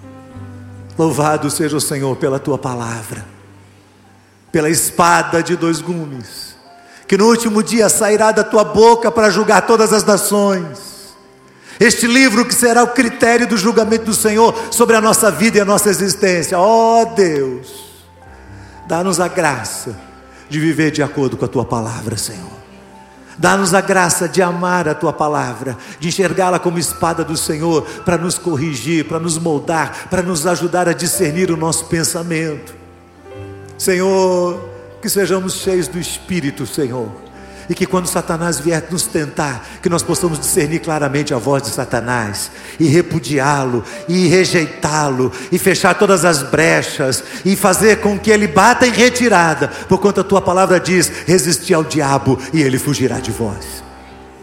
Louvado seja o Senhor pela tua palavra, pela espada de dois gumes, que no último dia sairá da tua boca para julgar todas as nações. Este livro que será o critério do julgamento do Senhor sobre a nossa vida e a nossa existência. Ó Deus, dá-nos a graça de viver de acordo com a tua palavra, Senhor. Dá-nos a graça de amar a tua palavra, de enxergá-la como espada do Senhor, para nos corrigir, para nos moldar, para nos ajudar a discernir o nosso pensamento. Senhor, que sejamos cheios do Espírito, Senhor, e que quando Satanás vier nos tentar, que nós possamos discernir claramente a voz de Satanás, e repudiá-lo, e rejeitá-lo, e fechar todas as brechas, e fazer com que ele bata em retirada, porquanto a tua palavra diz: resisti ao diabo e ele fugirá de vós.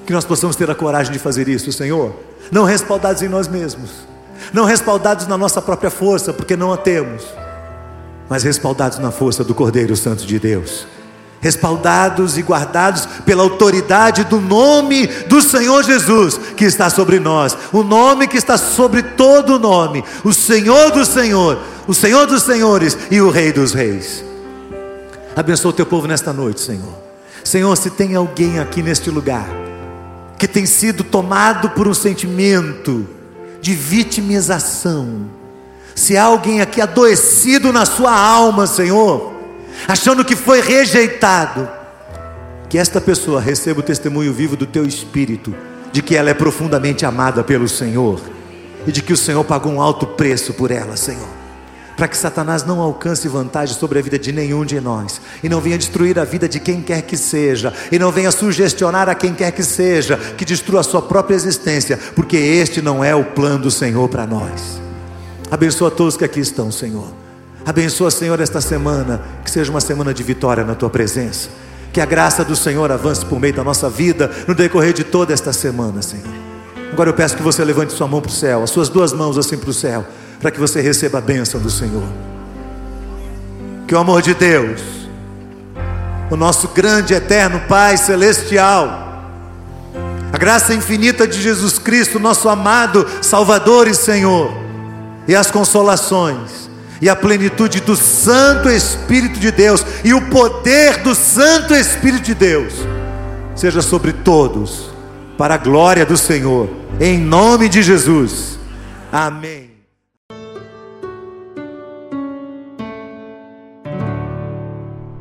Que nós possamos ter a coragem de fazer isso, Senhor, não respaldados em nós mesmos, não respaldados na nossa própria força, porque não a temos, mas respaldados na força do Cordeiro Santo de Deus, respaldados e guardados pela autoridade do nome do Senhor Jesus, que está sobre nós, o nome que está sobre todo nome, o Senhor do Senhor, o Senhor dos Senhores e o Rei dos Reis. Abençoa o teu povo nesta noite, Senhor. Senhor, se tem alguém aqui neste lugar que tem sido tomado por um sentimento de vitimização, se há alguém aqui adoecido na sua alma, Senhor, achando que foi rejeitado, que esta pessoa receba o testemunho vivo do teu Espírito, de que ela é profundamente amada pelo Senhor, e de que o Senhor pagou um alto preço por ela, Senhor, para que Satanás não alcance vantagem sobre a vida de nenhum de nós, e não venha destruir a vida de quem quer que seja, e não venha sugestionar a quem quer que seja, que destrua a sua própria existência, porque este não é o plano do Senhor para nós. Abençoa todos que aqui estão, Senhor. Abençoa, Senhor, esta semana, que seja uma semana de vitória na tua presença, que a graça do Senhor avance por meio da nossa vida, no decorrer de toda esta semana, Senhor. Agora eu peço que você levante sua mão para o céu, as suas duas mãos assim para o céu, para que você receba a bênção do Senhor. Que o amor de Deus, o nosso grande eterno Pai celestial, a graça infinita de Jesus Cristo, nosso amado Salvador e Senhor, e as consolações e a plenitude do Santo Espírito de Deus e o poder do Santo Espírito de Deus seja sobre todos, para a glória do Senhor, em nome de Jesus. Amém.